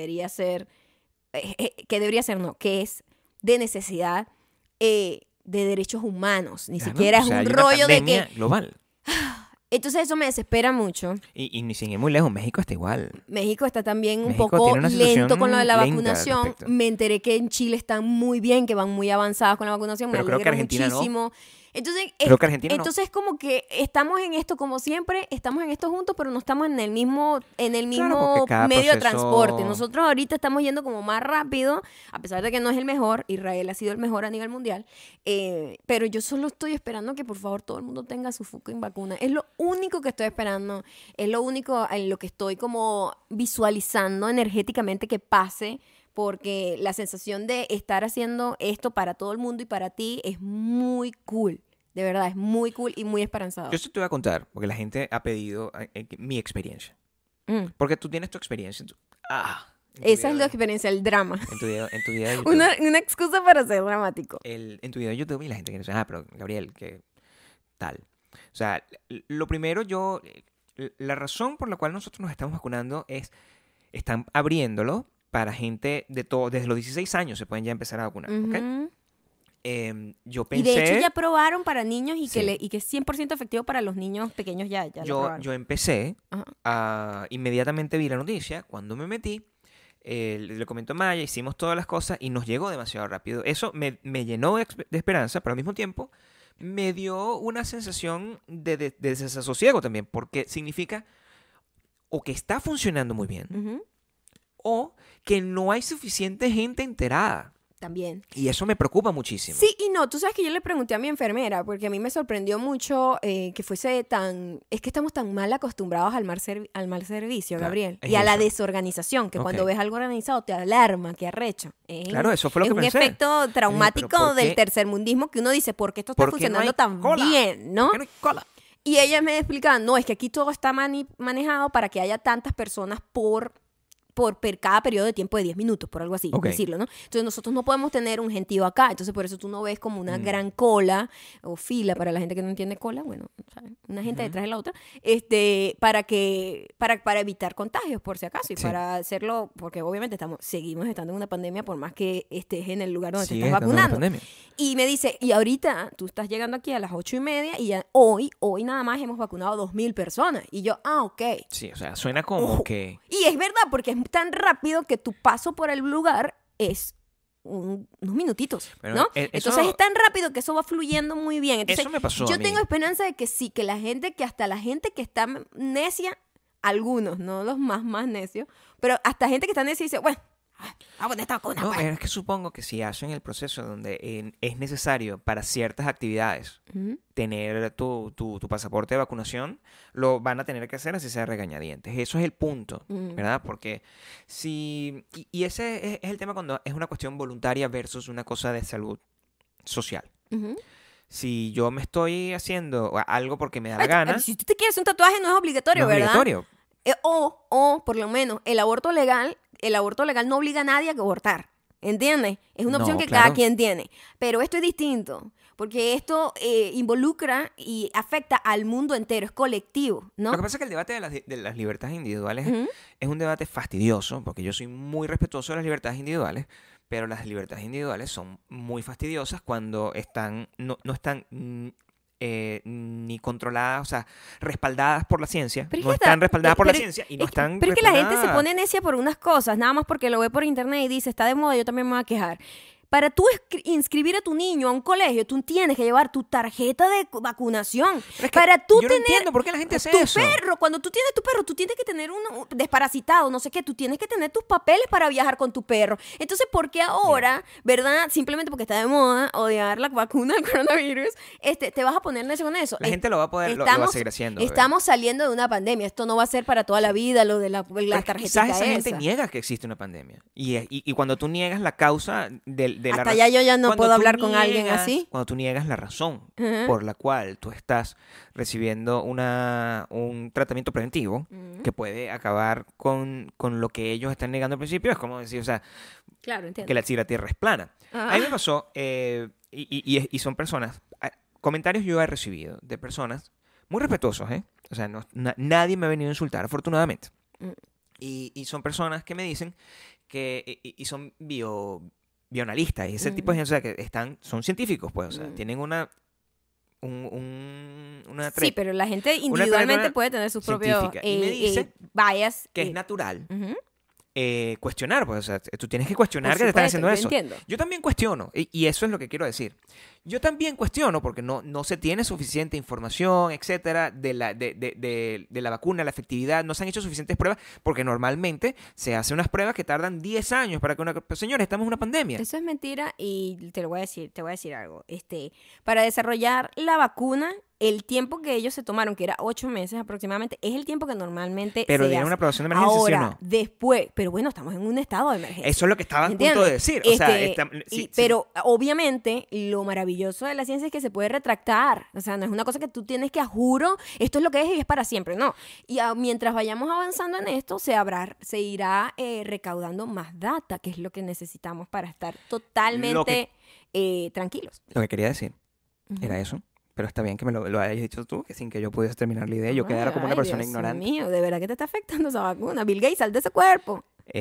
que es de necesidad de derechos humanos. Ni siquiera es un rollo de que... global. Entonces eso me desespera mucho. Y ni sin ir muy lejos, México está igual. México está también un México poco tiene una situación lento con lo de la lenta al vacunación. respecto. Me enteré que en Chile están muy bien, que van muy avanzados con la vacunación. Pero me creo que alegro Argentina muchísimo. no. Entonces, Creo que Argentina no. entonces como que estamos en esto como siempre, estamos en esto juntos, pero no estamos en el mismo porque cada medio de proceso- transporte. Nosotros ahorita estamos yendo como más rápido, a pesar de que no es el mejor. Israel ha sido el mejor a nivel mundial. Pero yo solo estoy esperando que por favor todo el mundo tenga su fucking vacuna. Es lo único que estoy esperando. Es lo único en lo que estoy como visualizando energéticamente que pase. Porque la sensación de estar haciendo esto para todo el mundo y para ti es muy cool. De verdad, es muy cool y muy esperanzador. Yo sí te voy a contar, porque la gente ha pedido mi experiencia. Porque tú tienes tu experiencia. En tu Esa es video la experiencia, el drama. En tu video de YouTube. Una excusa para ser dramático. En tu video de YouTube y la gente quiere decir, pero Gabriel, ¿qué tal? O sea, lo primero la razón por la cual nosotros nos estamos vacunando están abriéndolo para gente de todo, desde los 16 años se pueden ya empezar a vacunar, ¿ok? Yo pensé... Y de hecho ya probaron para niños y, Sí. y que es 100% efectivo para los niños pequeños ya lo probaron. Yo empecé, Ajá. inmediatamente vi la noticia, cuando me metí, le comentó a Maya, hicimos todas las cosas y nos llegó demasiado rápido. Eso me llenó de esperanza, pero al mismo tiempo me dio una sensación de desasosiego también, porque significa o que está funcionando muy bien, Ujú. o que no hay suficiente gente enterada. También. Y eso me preocupa muchísimo. Sí y no. Tú sabes que yo le pregunté a mi enfermera, porque a mí me sorprendió mucho que fuese tan... Es que estamos tan mal acostumbrados al mal servicio, Claro, Gabriel. es Y a la eso. desorganización, que cuando Ok. ves algo organizado te alarma, que arrecha. Claro, eso fue lo es que un pensé. efecto traumático ¿pero por qué? del tercermundismo que uno dice, ¿por qué esto está ¿Por qué no funcionando hay tan cola? bien? ¿No? ¿Por qué no hay cola? Y ella me explicaba, no, es que aquí todo está manejado para que haya tantas personas por cada periodo de tiempo de 10 minutos, por algo así, Ok. decirlo, ¿no? Entonces nosotros no podemos tener un gentío acá, entonces por eso tú no ves como una gran cola o fila para la gente que no entiende cola, bueno, ¿sabes? Una gente detrás de la otra, para evitar contagios, por si acaso, y Sí. para hacerlo, porque obviamente seguimos estando en una pandemia por más que estés en el lugar donde Sigue te estás estando la vacunando. pandemia. Y me dice, y ahorita tú estás llegando aquí a las 8:30 y ya hoy nada más hemos vacunado 2,000 personas. Y yo, ok. Sí, o sea, suena como Ojo. que... Y es verdad, porque es tan rápido que tu paso por el lugar es unos minutitos, Pero, ¿no? eso- Entonces es tan rápido que eso va fluyendo muy bien. Entonces, Eso me pasó yo a mí. tengo esperanza de que sí, que hasta la gente que está necia, algunos, no los más necios, pero hasta gente que está necia dice, bueno, vamos a poner esta vacuna, No, pues. es que supongo que si hacen el proceso donde es necesario para ciertas actividades Ujú. tener tu pasaporte de vacunación, lo van a tener que hacer así sea regañadientes. Eso es el punto, ¿verdad? Porque si... Y ese es el tema cuando es una cuestión voluntaria versus una cosa de salud social. Ujú. Si yo me estoy haciendo algo porque me da la Ay, gana, si tú te quieres un tatuaje no es obligatorio, no es ¿verdad? obligatorio. O, por lo menos, el aborto legal no obliga a nadie a abortar. ¿Entiendes? Es una No, opción que claro. cada quien tiene. Pero esto es distinto, porque esto involucra y afecta al mundo entero, es colectivo, ¿no? Lo que pasa es que el debate de las libertades individuales Ujú. es un debate fastidioso, porque yo soy muy respetuoso de las libertades individuales, pero las libertades individuales son muy fastidiosas cuando no están ni controladas, o sea, respaldadas por la ciencia. Pero es No que están respaldadas por la pero- ciencia y no están Pero es que la gente se respaldadas. pone necia por unas cosas, nada más porque lo ve por internet y dice, está de moda, yo también me voy a quejar. Para tú inscribir a tu niño a un colegio, tú tienes que llevar tu tarjeta de vacunación. Pero es que Para tú yo no tener entiendo por qué la gente hace tu eso. perro, cuando tú tienes tu perro, tú tienes que tener uno desparasitado, no sé qué, tú tienes que tener tus papeles para viajar con tu perro. Entonces, ¿por qué ahora, verdad? Simplemente porque está de moda odiar la vacuna del coronavirus, te vas a poner necio con eso. La gente lo va a poder, lo va a seguir haciendo. bebé. Estamos saliendo de una pandemia. Esto no va a ser para toda la vida, lo de la Pero es que tarjetita quizás esa gente esa. niega que existe una pandemia. Y cuando tú niegas la causa de la Hasta razón- ya yo ya no cuando puedo tú hablar con alguien niegas- así. Cuando tú niegas la razón Ujú. por la cual tú estás recibiendo un tratamiento preventivo que puede acabar con lo que ellos están negando al principio, es como decir, o sea, Claro, entiendo. que si la Tierra es plana. Ah. A mí me pasó, y son personas, comentarios yo he recibido de personas muy respetuosos, ¿eh? O sea, nadie me ha venido a insultar, afortunadamente. Mm. Y son personas que me dicen que, y son bioanalistas, y ese tipo de gente, o sea, que son científicos, pues, o sea, tienen una Sí, pero la gente individualmente trayectoria puede tener sus propios científica. Y me dice bias. que es natural Ujú. cuestionar, pues, o sea, tú tienes que cuestionar Por que te están supuesto, haciendo yo eso. entiendo. Yo también cuestiono, y eso es lo que quiero decir. Yo también cuestiono porque no se tiene suficiente información, etcétera, de la vacuna, la efectividad, no se han hecho suficientes pruebas, porque normalmente se hacen unas pruebas que tardan 10 años para que Pero, señores, estamos en una pandemia. Eso es mentira y te voy a decir algo. Para desarrollar la vacuna, el tiempo que ellos se tomaron, que era 8 meses aproximadamente, es el tiempo que normalmente Pero se dieron hace. una aprobación de emergencia, Ahora, ¿sí o no? después, pero bueno, estamos en un estado de emergencia. Eso es lo que estaba a punto ¿Entiendes? de decir. O sea, Pero obviamente lo maravilloso de la ciencia es que se puede retractar. O sea, no es una cosa que tú tienes que, a juro, esto es lo que es y es para siempre. No. Y mientras vayamos avanzando en esto, se irá recaudando más data, que es lo que necesitamos para estar totalmente tranquilos. Lo que quería decir Ujú. era eso. Pero está bien que me lo hayas dicho tú, que sin que yo pudiese terminar la idea, yo quedara como una persona Dios ignorante. mío, de verdad que te está afectando esa vacuna. Bill Gates, sal de ese cuerpo.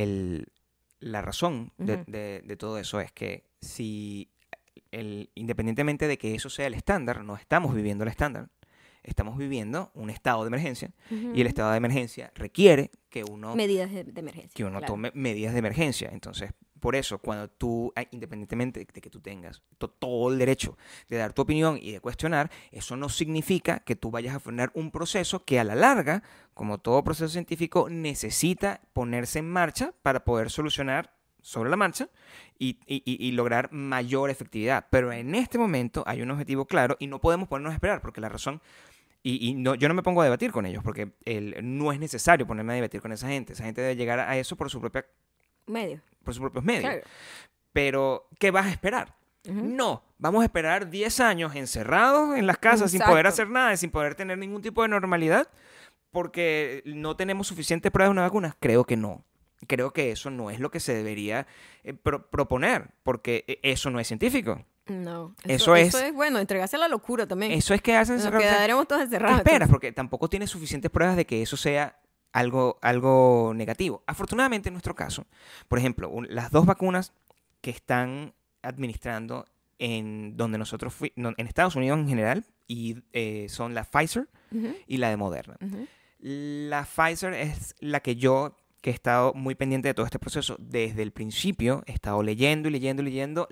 La razón Ujú. de todo eso es que si independientemente de que eso sea el estándar, no estamos viviendo el estándar, estamos viviendo un estado de emergencia y el estado de emergencia requiere que uno, Medidas de emergencia. Claro. tome medidas de emergencia. Entonces, por eso, cuando tú, independientemente de que tú tengas todo el derecho de dar tu opinión y de cuestionar, eso no significa que tú vayas a frenar un proceso que a la larga, como todo proceso científico, necesita ponerse en marcha para poder solucionar sobre la marcha y lograr mayor efectividad. Pero en este momento hay un objetivo claro y no podemos ponernos a esperar, porque la razón... yo no me pongo a debatir con ellos, porque no es necesario ponerme a debatir con esa gente. Esa gente debe llegar a eso por sus propios medios. Claro. Pero, ¿qué vas a esperar? Ujú. No, vamos a esperar 10 años encerrados en las casas sin poder Exacto. hacer nada, y sin poder tener ningún tipo de normalidad, porque no tenemos suficientes pruebas de una vacuna. Creo que no. Creo que eso no es lo que se debería proponer, porque eso no es científico. No. Eso es- bueno, entregarse a la locura también. Eso es que hacen Nos encerrados. O sea, quedaremos todos ¿qué encerrados. esperas? Porque tampoco tienes suficientes pruebas de que eso sea algo negativo. Afortunadamente, en nuestro caso, por ejemplo, las 2 vacunas que están administrando en donde nosotros en Estados Unidos en general, y son la Pfizer Ujú, y la de Moderna. ujú. La Pfizer es la que yo que he estado muy pendiente de todo este proceso desde el principio. He estado leyendo y leyendo y leyendo.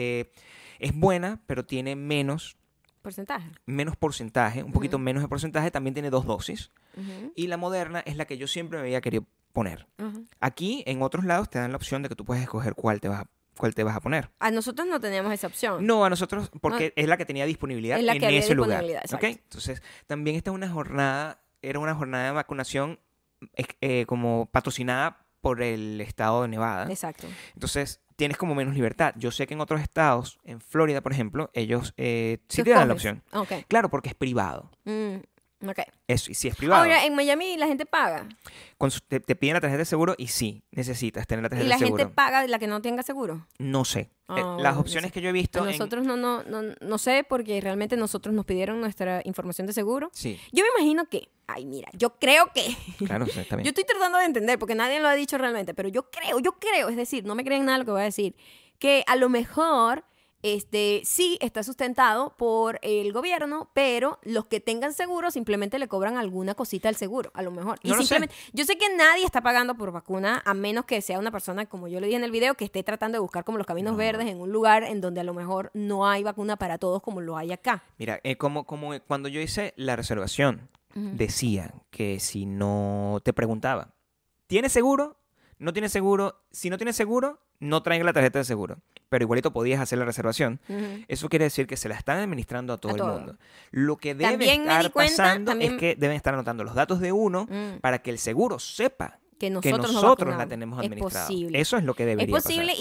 Es buena, pero tiene menos porcentaje, un poquito menos de porcentaje. También tiene 2 dosis. Y la Moderna es la que yo siempre me había querido poner. Aquí, en otros lados, te dan la opción de que tú puedes escoger cuál te vas a poner. A nosotros no tenemos esa opción. No, a nosotros, porque es la que tenía disponibilidad en ese lugar. ¿Okay? Entonces, también esta era una jornada de vacunación como patrocinada por el estado de Nevada. Exacto. Entonces, tienes como menos libertad. Yo sé que en otros estados, en Florida, por ejemplo, ellos sí te dan la opción. Okay. Claro, porque es privado. Okay. Sí es privado. Ahora, en Miami la gente paga. Te piden la tarjeta de seguro y sí, necesitas tener la tarjeta de seguro. ¿Y la gente paga la que no tenga seguro? No sé. Las opciones que yo he visto... Nosotros no sé, porque realmente nosotros nos pidieron nuestra información de seguro. Sí. Yo me imagino que... Ay, mira, yo creo que... Claro, sí, está bien. Yo estoy tratando de entender, porque nadie lo ha dicho realmente, pero yo creo, es decir, no me creen nada de lo que voy a decir, que a lo mejor... sí está sustentado por el gobierno, pero los que tengan seguro simplemente le cobran alguna cosita al seguro, a lo mejor. Y simplemente, yo sé que nadie está pagando por vacuna, a menos que sea una persona, como yo le dije en el video, que esté tratando de buscar como los caminos verdes en un lugar en donde a lo mejor no hay vacuna para todos como lo hay acá. Mira, como cuando yo hice la reservación, decía que si no te preguntaba, ¿tienes seguro? ¿No tienes seguro? Si no tienes seguro, no traigan la tarjeta de seguro. Pero igualito podías hacer la reservación. Eso quiere decir que se la están administrando a todo el mundo. Lo que debe estar pasando es que deben estar anotando los datos de uno para que el seguro sepa que nosotros la tenemos administrada. Eso es lo que debería pasar. Es posible,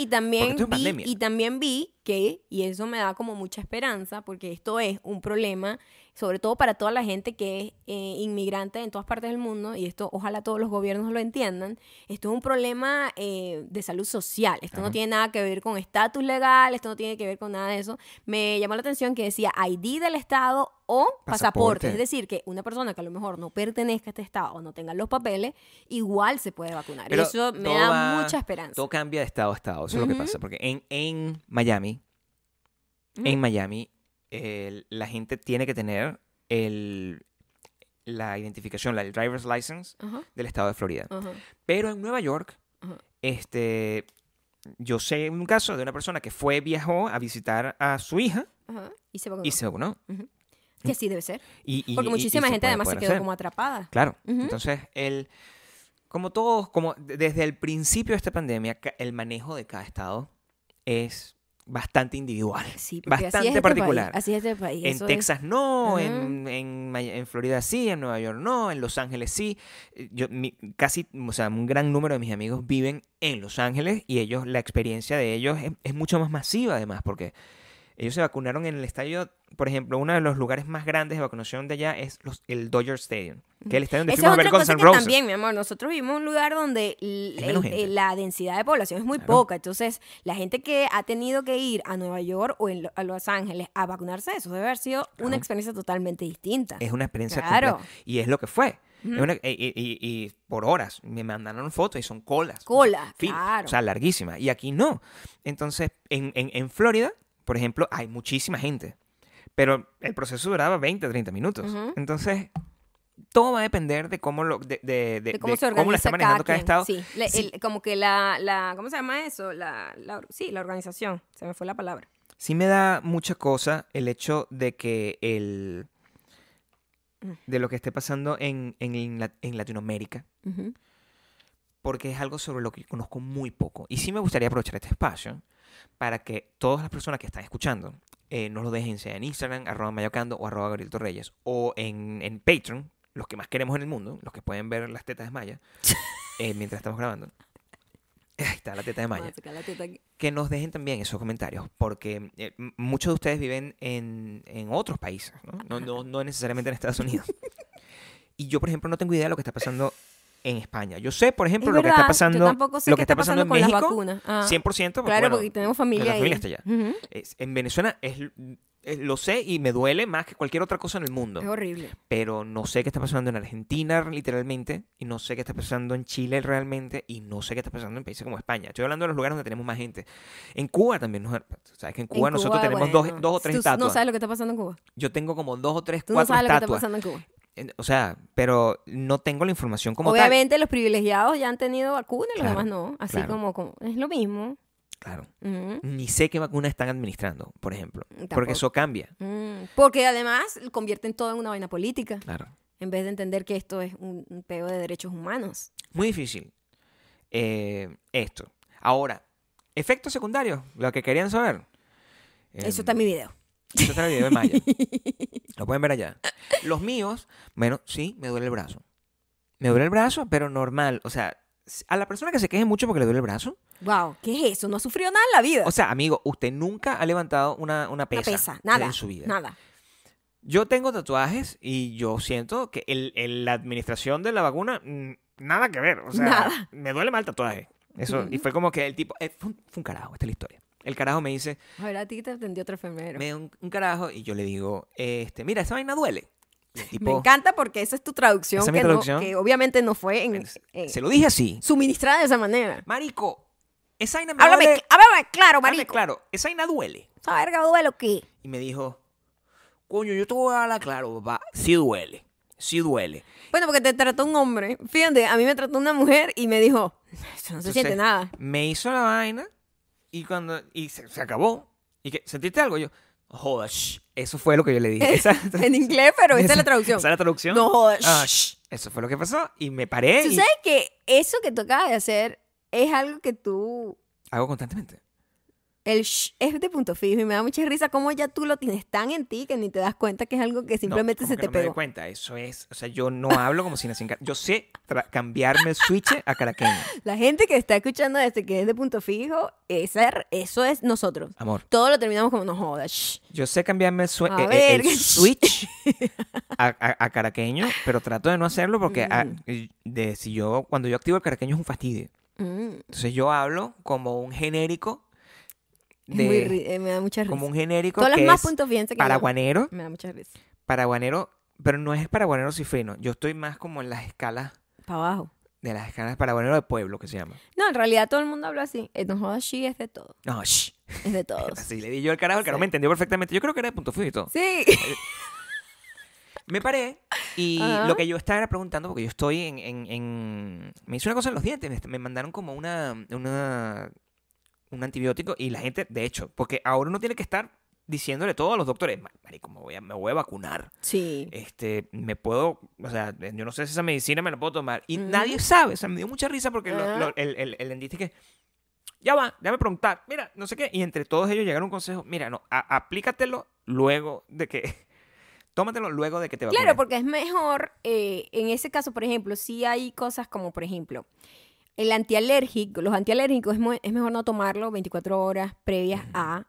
y también vi que, y eso me da como mucha esperanza, porque esto es un problema, sobre todo para toda la gente que es inmigrante en todas partes del mundo, y esto ojalá todos los gobiernos lo entiendan. Esto es un problema de salud social. Esto no tiene nada que ver con estatus legal, esto no tiene que ver con nada de eso. Me llamó la atención que decía ID del estado o pasaporte. Es decir, que una persona que a lo mejor no pertenezca a este estado o no tenga los papeles, igual se puede vacunar. Pero eso me da mucha esperanza. Todo cambia de estado a estado. Eso es lo que pasa. Porque en Miami, la gente tiene que tener la identificación, el driver's license del estado de Florida. Pero en Nueva York, yo sé un caso de una persona que viajó a visitar a su hija y se vacunó. Que así debe ser. Porque muchísima gente además se quedó como atrapada. Claro. Entonces, como desde el principio de esta pandemia, el manejo de cada estado es bastante individual. Sí, bastante particular. Así es este país. En Texas no, en Florida sí, en Nueva York no, en Los Ángeles sí. Un gran número de mis amigos viven en Los Ángeles y la experiencia de ellos es mucho más masiva además, porque ellos se vacunaron en el estadio, por ejemplo, uno de los lugares más grandes de vacunación de allá es el Dodger Stadium, que es el estadio donde fuimos a ver Guns N' Roses. También, mi amor, nosotros vivimos en un lugar donde la densidad de población es muy poca, entonces la gente que ha tenido que ir a Nueva York o a Los Ángeles a vacunarse, eso debe haber sido una experiencia totalmente distinta. Es una experiencia completa, y es lo que fue. Y por horas me mandaron fotos y son colas. Claro. O sea, larguísimas. Y aquí no. Entonces, en Florida, por ejemplo, hay muchísima gente, pero el proceso duraba 20, 30 minutos. Entonces, todo va a depender de cómo de cómo la está manejando cada estado. Sí, como que ¿cómo se llama eso? La organización, se me fue la palabra. Sí me da mucha cosa el hecho de que de lo que esté pasando en Latinoamérica, porque es algo sobre lo que conozco muy poco. Y sí me gustaría aprovechar este espacio para que todas las personas que están escuchando nos lo dejen, sea en Instagram, @mayocando o @GabrielTorreyes, o en Patreon, los que más queremos en el mundo, los que pueden ver las tetas de Maya mientras estamos grabando. Ahí está la teta de Maya. Que nos dejen también esos comentarios, porque muchos de ustedes viven en otros países, no necesariamente en Estados Unidos. Y yo, por ejemplo, no tengo idea de lo que está pasando en España. Yo sé, por ejemplo, lo que está pasando en México, 100%. Claro, porque tenemos familia ahí. La familia está allá. En Venezuela lo sé y me duele más que cualquier otra cosa en el mundo. Es horrible. Pero no sé qué está pasando en Argentina, literalmente, y no sé qué está pasando en Chile realmente, y no sé qué está pasando en países como España. Estoy hablando de los lugares donde tenemos más gente. En Cuba también. Sabes que en Cuba nosotros tenemos dos o tres estatuas. ¿Tú no sabes lo que está pasando en Cuba? Yo tengo como 2 o 3, 4 estatuas. ¿Tú no sabes estatuas. lo que está pasando en Cuba? O sea, pero no tengo la información como Obviamente los privilegiados ya han tenido vacunas, los Claro, demás no. Así claro. como es lo mismo. tal. Claro. Ujú. Ni sé qué vacuna están administrando, por ejemplo. Tampoco. Porque eso cambia. Porque además convierten todo en una vaina política, Claro. en vez de entender que esto es un peo de derechos humanos. Muy difícil. Esto. Ahora, efectos secundarios, lo que querían saber. Eso está en mi video. Eso está en el video de Maya. Lo pueden ver allá. Los míos, bueno, sí, me duele el brazo. Me duele el brazo, pero normal. O sea, a la persona que se queje mucho porque le duele el brazo. Wow, ¿qué es eso? No ha sufrido nada en la vida. O sea, amigo, usted nunca ha levantado una Una pesa, pesa, nada. en su vida. Nada. Yo tengo tatuajes y yo siento que la administración de la vacuna, nada que ver. O sea, Nada. me duele mal el tatuaje. Eso, y fue como que el tipo, fue un carajo, esta es la historia. El carajo me dice, A ver, a ti te atendió otro enfermero. me da un carajo y yo le digo, mira, esa vaina duele. Y el Me tipo, encanta porque esa es tu traducción, Esa es mi que, traducción. que obviamente no fue se lo dije así. suministrada de esa manera. Marico, esa vaina me Háblame, duele. háblame claro, Háblame marico. claro, esa vaina duele. ¿Esa verga duele o qué? Y me dijo, coño, yo te voy a hablar claro, papá. Sí duele, sí duele. Bueno, porque te trató un hombre. Fíjate, a mí me trató una mujer y me dijo, eso no se Entonces, siente nada. Me hizo la vaina y se acabó. ¿Y qué? ¿Sentiste algo? Yo, joder, eso fue lo que yo le dije. En inglés, pero esa es la traducción. ¿Esa es la traducción? No jodas. Eso fue lo que pasó y me paré Tú y sabes que eso que tú acabas de hacer es algo que tú... hago constantemente. El shh es de punto fijo y me da mucha risa cómo ya tú lo tienes tan en ti que ni te das cuenta que es algo que simplemente No, se como que te no me doy pegó. cuenta, eso es, o sea, yo no hablo como si nací en Yo sé cambiarme el switch a caraqueño. La gente que está escuchando este que es de punto fijo, eso es nosotros. Amor, Todo lo terminamos como no jodas. Shh. yo sé cambiarme el, A ver, el switch a caraqueño, pero trato de no hacerlo porque cuando yo activo el caraqueño es un fastidio. Entonces yo hablo como un genérico Me da mucha risa. como un genérico Todas las que más es puntos fíjense que paraguanero, me da mucha risa. paraguanero, pero no es paraguanero cifrino. Yo estoy más como en las escalas Para abajo. de las escalas paraguanero de pueblo que se llama. No, en realidad todo el mundo habla así. No jodas, sí, es de todo. No, shh. Es de todos. Así le di yo al carajo, el carajo Sí. me entendió perfectamente. Yo creo que era de punto fijo y todo. Sí. Me paré y Ajá. lo que yo estaba era preguntando, porque yo estoy me hice una cosa en los dientes, me mandaron como un antibiótico y la gente, de hecho, porque ahora uno tiene que estar diciéndole todo a los doctores, marico, me voy a vacunar. Sí. Me puedo, o sea, yo no sé si esa medicina me la puedo tomar. Y nadie sabe, o sea, me dio mucha risa porque Ajá. el dentista que, ya va, déjame preguntar, mira, no sé qué. Y entre todos ellos llegaron un consejo, mira, no, aplícatelo luego de que, tómatelo luego de que te vacunes. Claro, porque es mejor, en ese caso, por ejemplo, si hay cosas como, por ejemplo, el antialérgico, los antialérgicos es mejor no tomarlo 24 horas previas a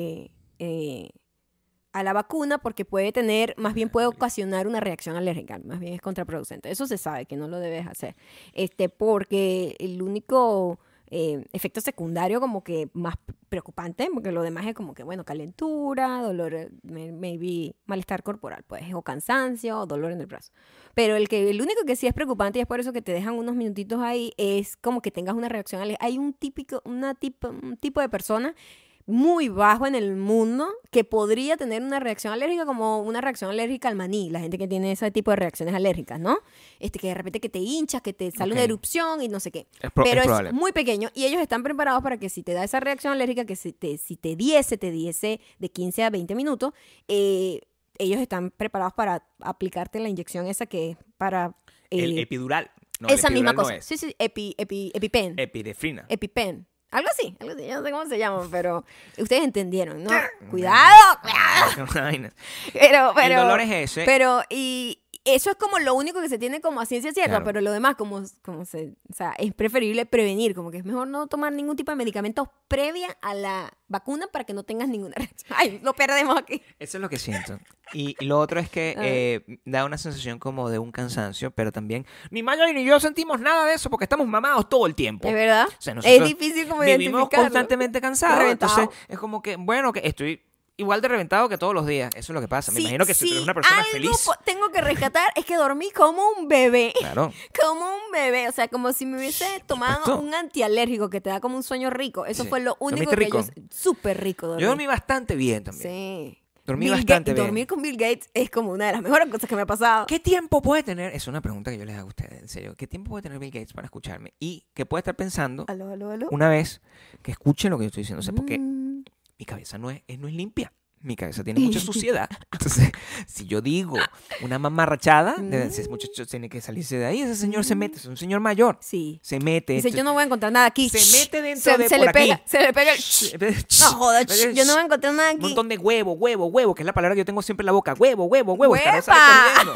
la vacuna porque más bien puede ocasionar una reacción alérgica, más bien es contraproducente. Eso se sabe que no lo debes hacer, porque el único efecto secundario como que más preocupante, porque lo demás es como que, bueno, calentura, dolor, maybe malestar corporal, pues, o cansancio, o dolor en el brazo. Pero el único que sí es preocupante, y es por eso que te dejan unos minutitos ahí, es como que tengas una reacción alérgica. Hay un tipo de persona muy bajo en el mundo que podría tener una reacción alérgica como una reacción alérgica al maní, la gente que tiene ese tipo de reacciones alérgicas, ¿no? Que de repente que te hinchas, que te sale una Ok. erupción y no sé qué. Es Pero probable. es muy pequeño y ellos están preparados para que si te da esa reacción alérgica, que si te diese de 15 a 20 minutos, ellos están preparados para aplicarte la inyección esa que es para... El epidural. No, el esa misma epidural no cosa. es. Sí, EpiPen. Epidefrina. EpiPen. Algo así, yo no sé cómo se llama, pero ustedes entendieron, ¿no? ¡Cuidado! Vaina. Pero, El dolor es ese. Pero, y eso es como lo único que se tiene como a ciencia cierta, Claro. pero lo demás, o sea, es preferible prevenir, como que es mejor no tomar ningún tipo de medicamentos previa a la vacuna para que no tengas ninguna reacción. Ay, lo perdemos aquí. Eso es lo que siento. Y lo otro es que da una sensación como de un cansancio, pero también ni Maya ni yo sentimos nada de eso porque estamos mamados todo el tiempo. ¿Es verdad? O sea, Es nosotros difícil como vivimos identificarlo. constantemente cansados. Reventado. Entonces es como que, bueno, que estoy igual de reventado que todos los días. Eso es lo que pasa. Me Sí, imagino que si tú sí, eres una persona algo feliz. tengo que rescatar es que dormí como un bebé. Claro. Como un bebé, o sea, como si me hubiese tomado supuesto. un antialérgico que te da como un sueño rico. Eso Sí. fue lo único ¿Dormiste que rico? súper rico dormí. Yo dormí bastante bien también. Sí. Dormí bastante bien. Dormir con Bill Gates es como una de las mejores cosas que me ha pasado. ¿Qué tiempo puede tener? Es una pregunta que yo les hago a ustedes, en serio. ¿Qué tiempo puede tener Bill Gates para escucharme? Y qué puede estar pensando Aló. una vez que escuchen lo que yo estoy diciendo. O sea, porque Mm. mi cabeza no es limpia. Mi cabeza tiene mucha suciedad. Entonces, si yo digo una mamarrachada, ese muchacho tiene que salirse de ahí. Ese señor se mete, es un señor mayor. Sí. Se mete. Dice, yo no voy a encontrar nada aquí. Se mete dentro de se por le aquí. pega, se le pega. No joda, yo no voy a encontrar nada Un aquí. montón de huevo, que es la palabra que yo tengo siempre en la boca. Huevo. Estará ¡Huepa! corriendo.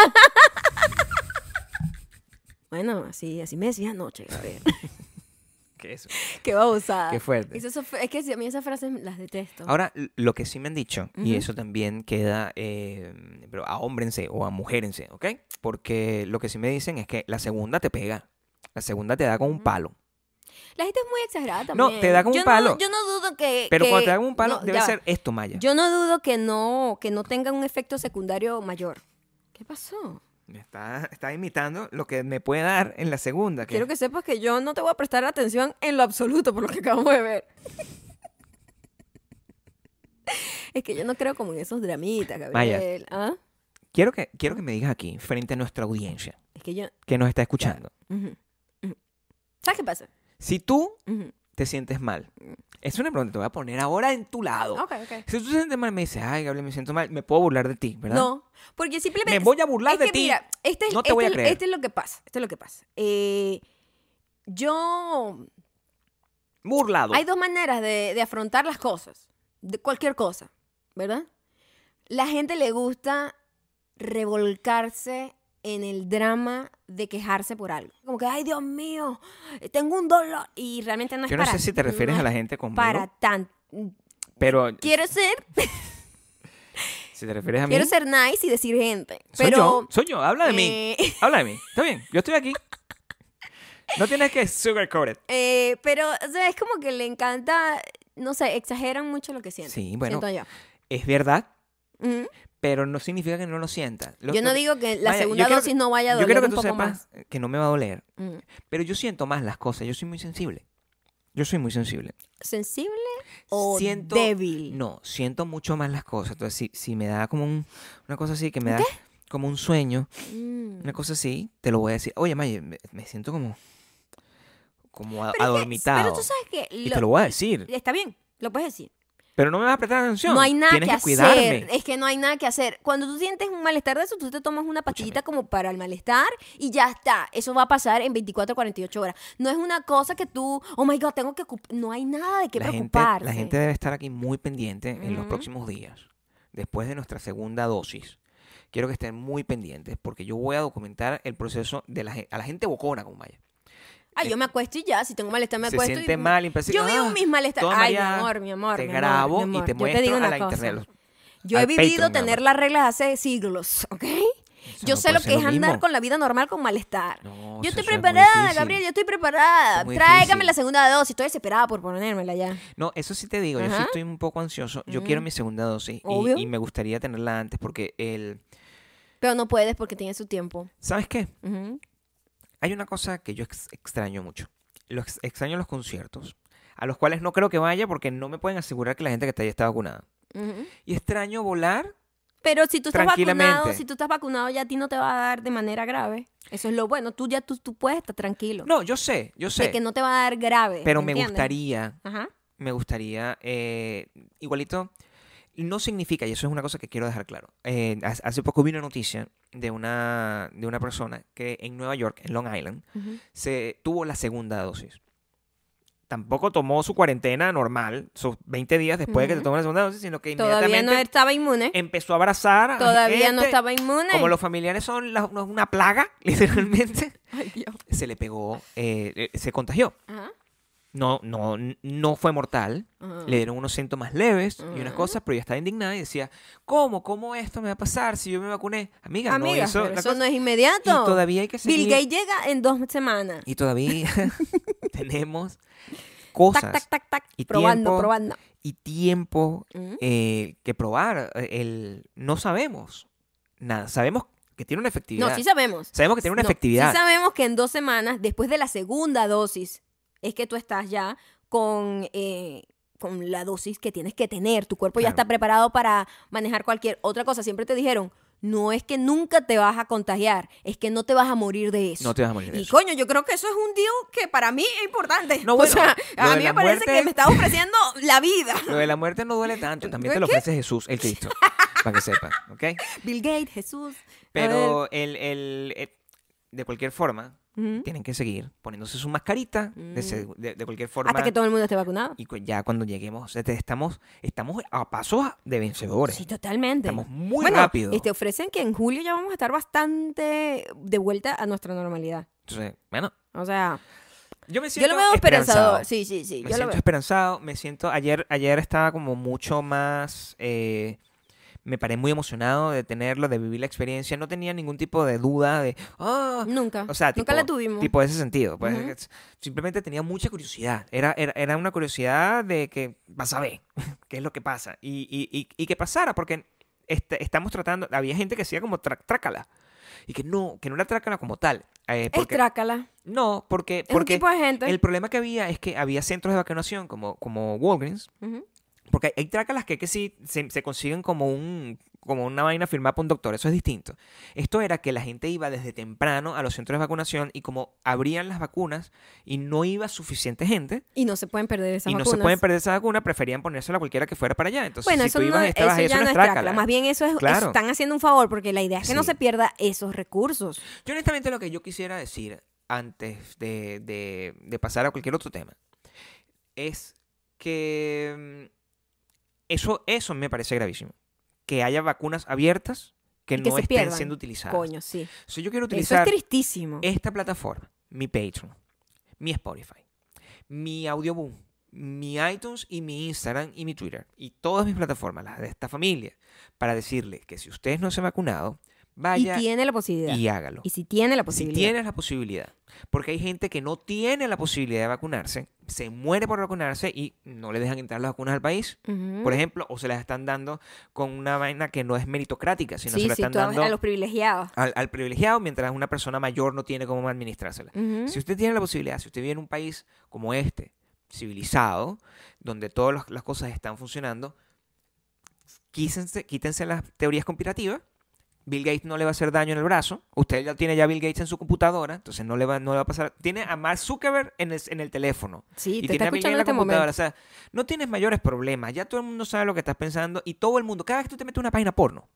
Bueno, así me decías anoche, Gabriel. ¿Qué es eso? Qué babosada. Qué fuerte. Es que a mí esas frases las detesto. Ahora, lo que sí me han dicho, y Ujú. eso también queda, pero ahómbrense o a mujerense, ¿ok? Porque lo que sí me dicen es que la segunda te pega. La segunda te da con un palo. La gente es muy exagerada también. No, te da con un palo. Yo no dudo que... Pero que- cuando te da con un palo, no, debe ya va. ser esto, Maya. Yo no dudo que no tenga un efecto secundario mayor. ¿Qué pasó? Me está imitando lo que me puede dar en la segunda. Quiero que sepas que yo no te voy a prestar atención en lo absoluto por lo que acabamos de ver. Es que yo no creo como en esos dramitas, Gabriel. ¿Ah? Quiero que me digas aquí, frente a nuestra audiencia, Es que yo... que nos está escuchando. Ujú. ¿Sabes qué pasa? Si tú Ujú. te sientes mal, es una pregunta que te voy a poner ahora en tu lado. Ok. Si tú te sientes mal, me dices, ay, Gabriel, me siento mal, me puedo burlar de ti, ¿verdad? No, porque simplemente... Me voy a burlar es de que ti. Mira, No te voy a creer. Este es lo que pasa. Yo... Burlado. Hay dos maneras de afrontar las cosas. De cualquier cosa, ¿verdad? La gente le gusta revolcarse en el drama de quejarse por algo. Como que, ay, Dios mío, tengo un dolor. Y realmente no es Yo no para... sé si te refieres no a la es gente conmigo, para tan... pero Quiero ser si te refieres a mí, Quiero ser nice y decir gente. soy Pero, yo, habla de mí. eh, Habla de mí. Está bien, yo estoy aquí. No tienes que sugarcoat it. pero, o sea, es como que le encanta, no sé, exageran mucho lo que sienten. Sí, bueno, Siento yo. es verdad, Ujú. pero no significa que no lo sientas. Yo no digo que la Vaya, segunda yo quiero dosis que- no vaya a Yo doler quiero que un tú poco sepas más. que no me va a doler, Mm. pero yo siento más las cosas. Yo soy muy sensible. Yo soy muy sensible. ¿Sensible o Siento- débil? No, siento mucho más las cosas. Entonces, si me da como una cosa así, que me da como un sueño, Mm. una cosa así, te lo voy a decir. Oye, Maya, me siento como Pero es que- adormitado. Pero tú sabes que... Y te lo voy a decir. Está bien, lo puedes decir. Pero no me vas a prestar atención. No hay nada Tienes que que hacer. cuidarme. Es que no hay nada que hacer. Cuando tú sientes un malestar de eso, tú te tomas una pastillita como para el malestar y ya está. Eso va a pasar en 24 o 48 horas. No es una cosa que tú, oh my God, tengo que... No hay nada de qué preocuparse. La gente debe estar aquí muy pendiente en los Ujú. próximos días, después de nuestra segunda dosis. Quiero que estén muy pendientes porque yo voy a documentar el proceso de a la gente bocona con Maya. Ay, yo me acuesto y ya. Si tengo malestar, me Se acuesto. siente y... mal, impasible. Yo vivo mis malestares. toma Ay, ya, mi amor. te mi grabo amor, mi y te amor. Yo muestro digo a una la cosa. internet. Yo he al vivido Patreon, mi tener amor. las reglas hace siglos, ¿ok? Eso Yo no sé puede lo ser que es andar mismo. con la vida normal con malestar. No, Yo eso estoy es muy preparada, difícil. Gabriel, yo estoy preparada. Eso es muy Tráigame difícil. la segunda dosis. Estoy desesperada por ponérmela ya. No, eso sí te digo, yo sí Ajá. estoy un poco ansioso. Yo quiero mi segunda dosis Obvio. y me gustaría tenerla antes porque Pero no puedes porque tiene su tiempo. ¿sabes qué? Ujú. Hay una cosa que yo extraño mucho. Extraño los conciertos, a los cuales no creo que vaya porque no me pueden asegurar que la gente que está ahí está vacunada. Ujú. Y extraño volar. Pero si tú estás Tranquilamente. vacunado, ya a ti no te va a dar de manera grave. Eso es lo bueno. Tú puedes estar tranquilo. No, yo sé, De que no te va a dar grave. pero ¿me me entiendes? gustaría, Ajá. igualito, no significa, y eso es una cosa que quiero dejar claro. Hace poco vi una noticia de una persona que en Nueva York, en Long Island, Ujú. se tuvo la segunda dosis. Tampoco tomó su cuarentena normal, sus 20 días después de que Ujú. te tomó la segunda dosis, sino que Todavía inmediatamente no estaba inmune. empezó a abrazar a la Todavía no gente. estaba inmune. Como los familiares son una plaga, literalmente, Ay, Dios. se le pegó, se contagió. Ajá. No fue mortal. Ajá. Le dieron unos síntomas leves y unas Ajá. cosas, pero ella estaba indignada y decía, ¿cómo esto me va a pasar si yo me vacuné? Amiga, no Amiga, hizo pero la eso cosa. no es Y inmediato. todavía hay que seguir. Bill Gates llega en 2 semanas. Y todavía tenemos cosas Tac, tac, tac, tac. y Probando, tiempo. probando. y tiempo Ujú. que probar. No sabemos nada. Sabemos que tiene una efectividad. No, sí sabemos. Sabemos que tiene una No, efectividad. Sí sabemos que en 2 semanas, después de la segunda dosis, es que tú estás ya con con la dosis que tienes que tener. Tu cuerpo ya Claro. está preparado para manejar cualquier otra cosa. Siempre te dijeron, no es que nunca te vas a contagiar, es que no te vas a morir de eso. No te vas a morir de y eso. coño, yo creo que eso es un deal que para mí es importante. No, bueno, o sea, lo a de mí la me parece muerte- que me está ofreciendo la vida. Lo de la muerte no duele tanto. También te ¿Qué? lo ofrece Jesús, el Cristo. Para que sepas, ¿ok? Bill Gates, Jesús. A Pero ver. de cualquier forma, Ujú. tienen que seguir poniéndose su mascarita de cualquier forma. Hasta que todo el mundo esté vacunado. Y ya cuando lleguemos, o sea, estamos a pasos de vencedores. Sí, totalmente. Estamos muy bueno, rápido. Ofrecen que en julio ya vamos a estar bastante de vuelta a nuestra normalidad. Entonces, bueno, O sea, yo me yo siento lo veo esperanzado. esperanzador. Sí. Me Yo lo siento veo. esperanzado, me siento... Ayer estaba como mucho más... me paré muy emocionado de tenerlo, de vivir la experiencia. No tenía ningún tipo de duda de... Nunca. O sea, Nunca la tuvimos. Tipo de ese sentido. Pues, Ujú. simplemente tenía mucha curiosidad. Era una curiosidad de que vas a ver qué es lo que pasa. Y que pasara, porque estamos tratando... Había gente que hacía como trácala. Y que no era trácala como tal. Es Porque, trácala. no, porque Es un tipo de gente. el problema que había es que había centros de vacunación como Walgreens. Ujú. Porque hay trácalas que sí se consiguen como una vaina firmada por un doctor. Eso es distinto. Esto era que la gente iba desde temprano a los centros de vacunación y como abrían las vacunas y no iba suficiente gente Y no se pueden perder esas y no vacunas. se pueden perder esa vacuna, preferían ponérsela a cualquiera que fuera para allá. Entonces, Bueno, si eso, tú ibas y estabas ahí, ya eso no es es trácala. trácala. Más bien eso es Claro. están haciendo un favor porque la idea es que no Sí. se pierda esos recursos. Yo honestamente lo que yo quisiera decir antes de pasar a cualquier otro tema es que eso me parece gravísimo. Que haya vacunas abiertas que Y que no se estén pierdan. siendo utilizadas. Coño, sí. So, yo quiero Eso utilizar es tristísimo. esta plataforma, mi Patreon, mi Spotify, mi Audioboom, mi iTunes y mi Instagram y mi Twitter y todas mis plataformas, las de esta familia, para decirles que si ustedes no se han vacunado, vaya Y tiene la posibilidad. y hágalo. Y si tiene la Si posibilidad. tienes la posibilidad. Porque hay gente que no tiene la posibilidad de vacunarse, se muere por vacunarse y no le dejan entrar las vacunas al país, Ujú. por ejemplo, o se las están dando con una vaina que no es meritocrática, sino se Sí, la sí, están todas dando a los privilegiados. al privilegiado, mientras una persona mayor no tiene cómo administrársela. Ujú. Si usted tiene la posibilidad, si usted vive en un país como este, civilizado, donde todas las cosas están funcionando, quítense las teorías conspirativas. Bill Gates no le va a hacer daño en el brazo. Usted ya tiene ya Bill Gates en su computadora, entonces no le va a pasar. Tiene a Mark Zuckerberg en el teléfono. Sí, Y te está tiene a Bill Gates escuchando en en la este computadora. momento. O sea, no tienes mayores problemas. Ya todo el mundo sabe lo que estás pensando y todo el mundo, cada vez que tú te metes una página porno,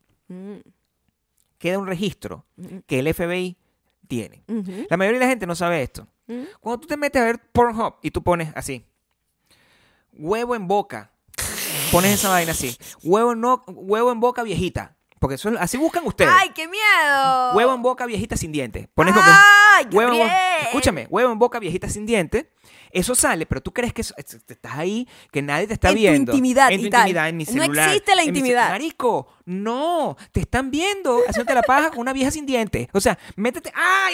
queda un registro Ujú. que el FBI tiene. Ujú. La mayoría de la gente no sabe esto. Ujú. Cuando tú te metes a ver Pornhub y tú pones así, huevo en boca, pones esa vaina así, huevo en boca viejita, porque así buscan ustedes. ¡Ay, qué miedo! Huevo en boca viejita sin dientes. Pones como ¡Ay, huevo, Gabriel! escúchame, huevo en boca viejita sin dientes. Eso sale, pero tú crees que estás ahí, que nadie te está En tu viendo. intimidad En tu y tal. intimidad, en mi No celular. existe la en mi intimidad. Marico, no, te están viendo haciéndote la paja con una vieja sin dientes. O sea, métete. ¡Ay!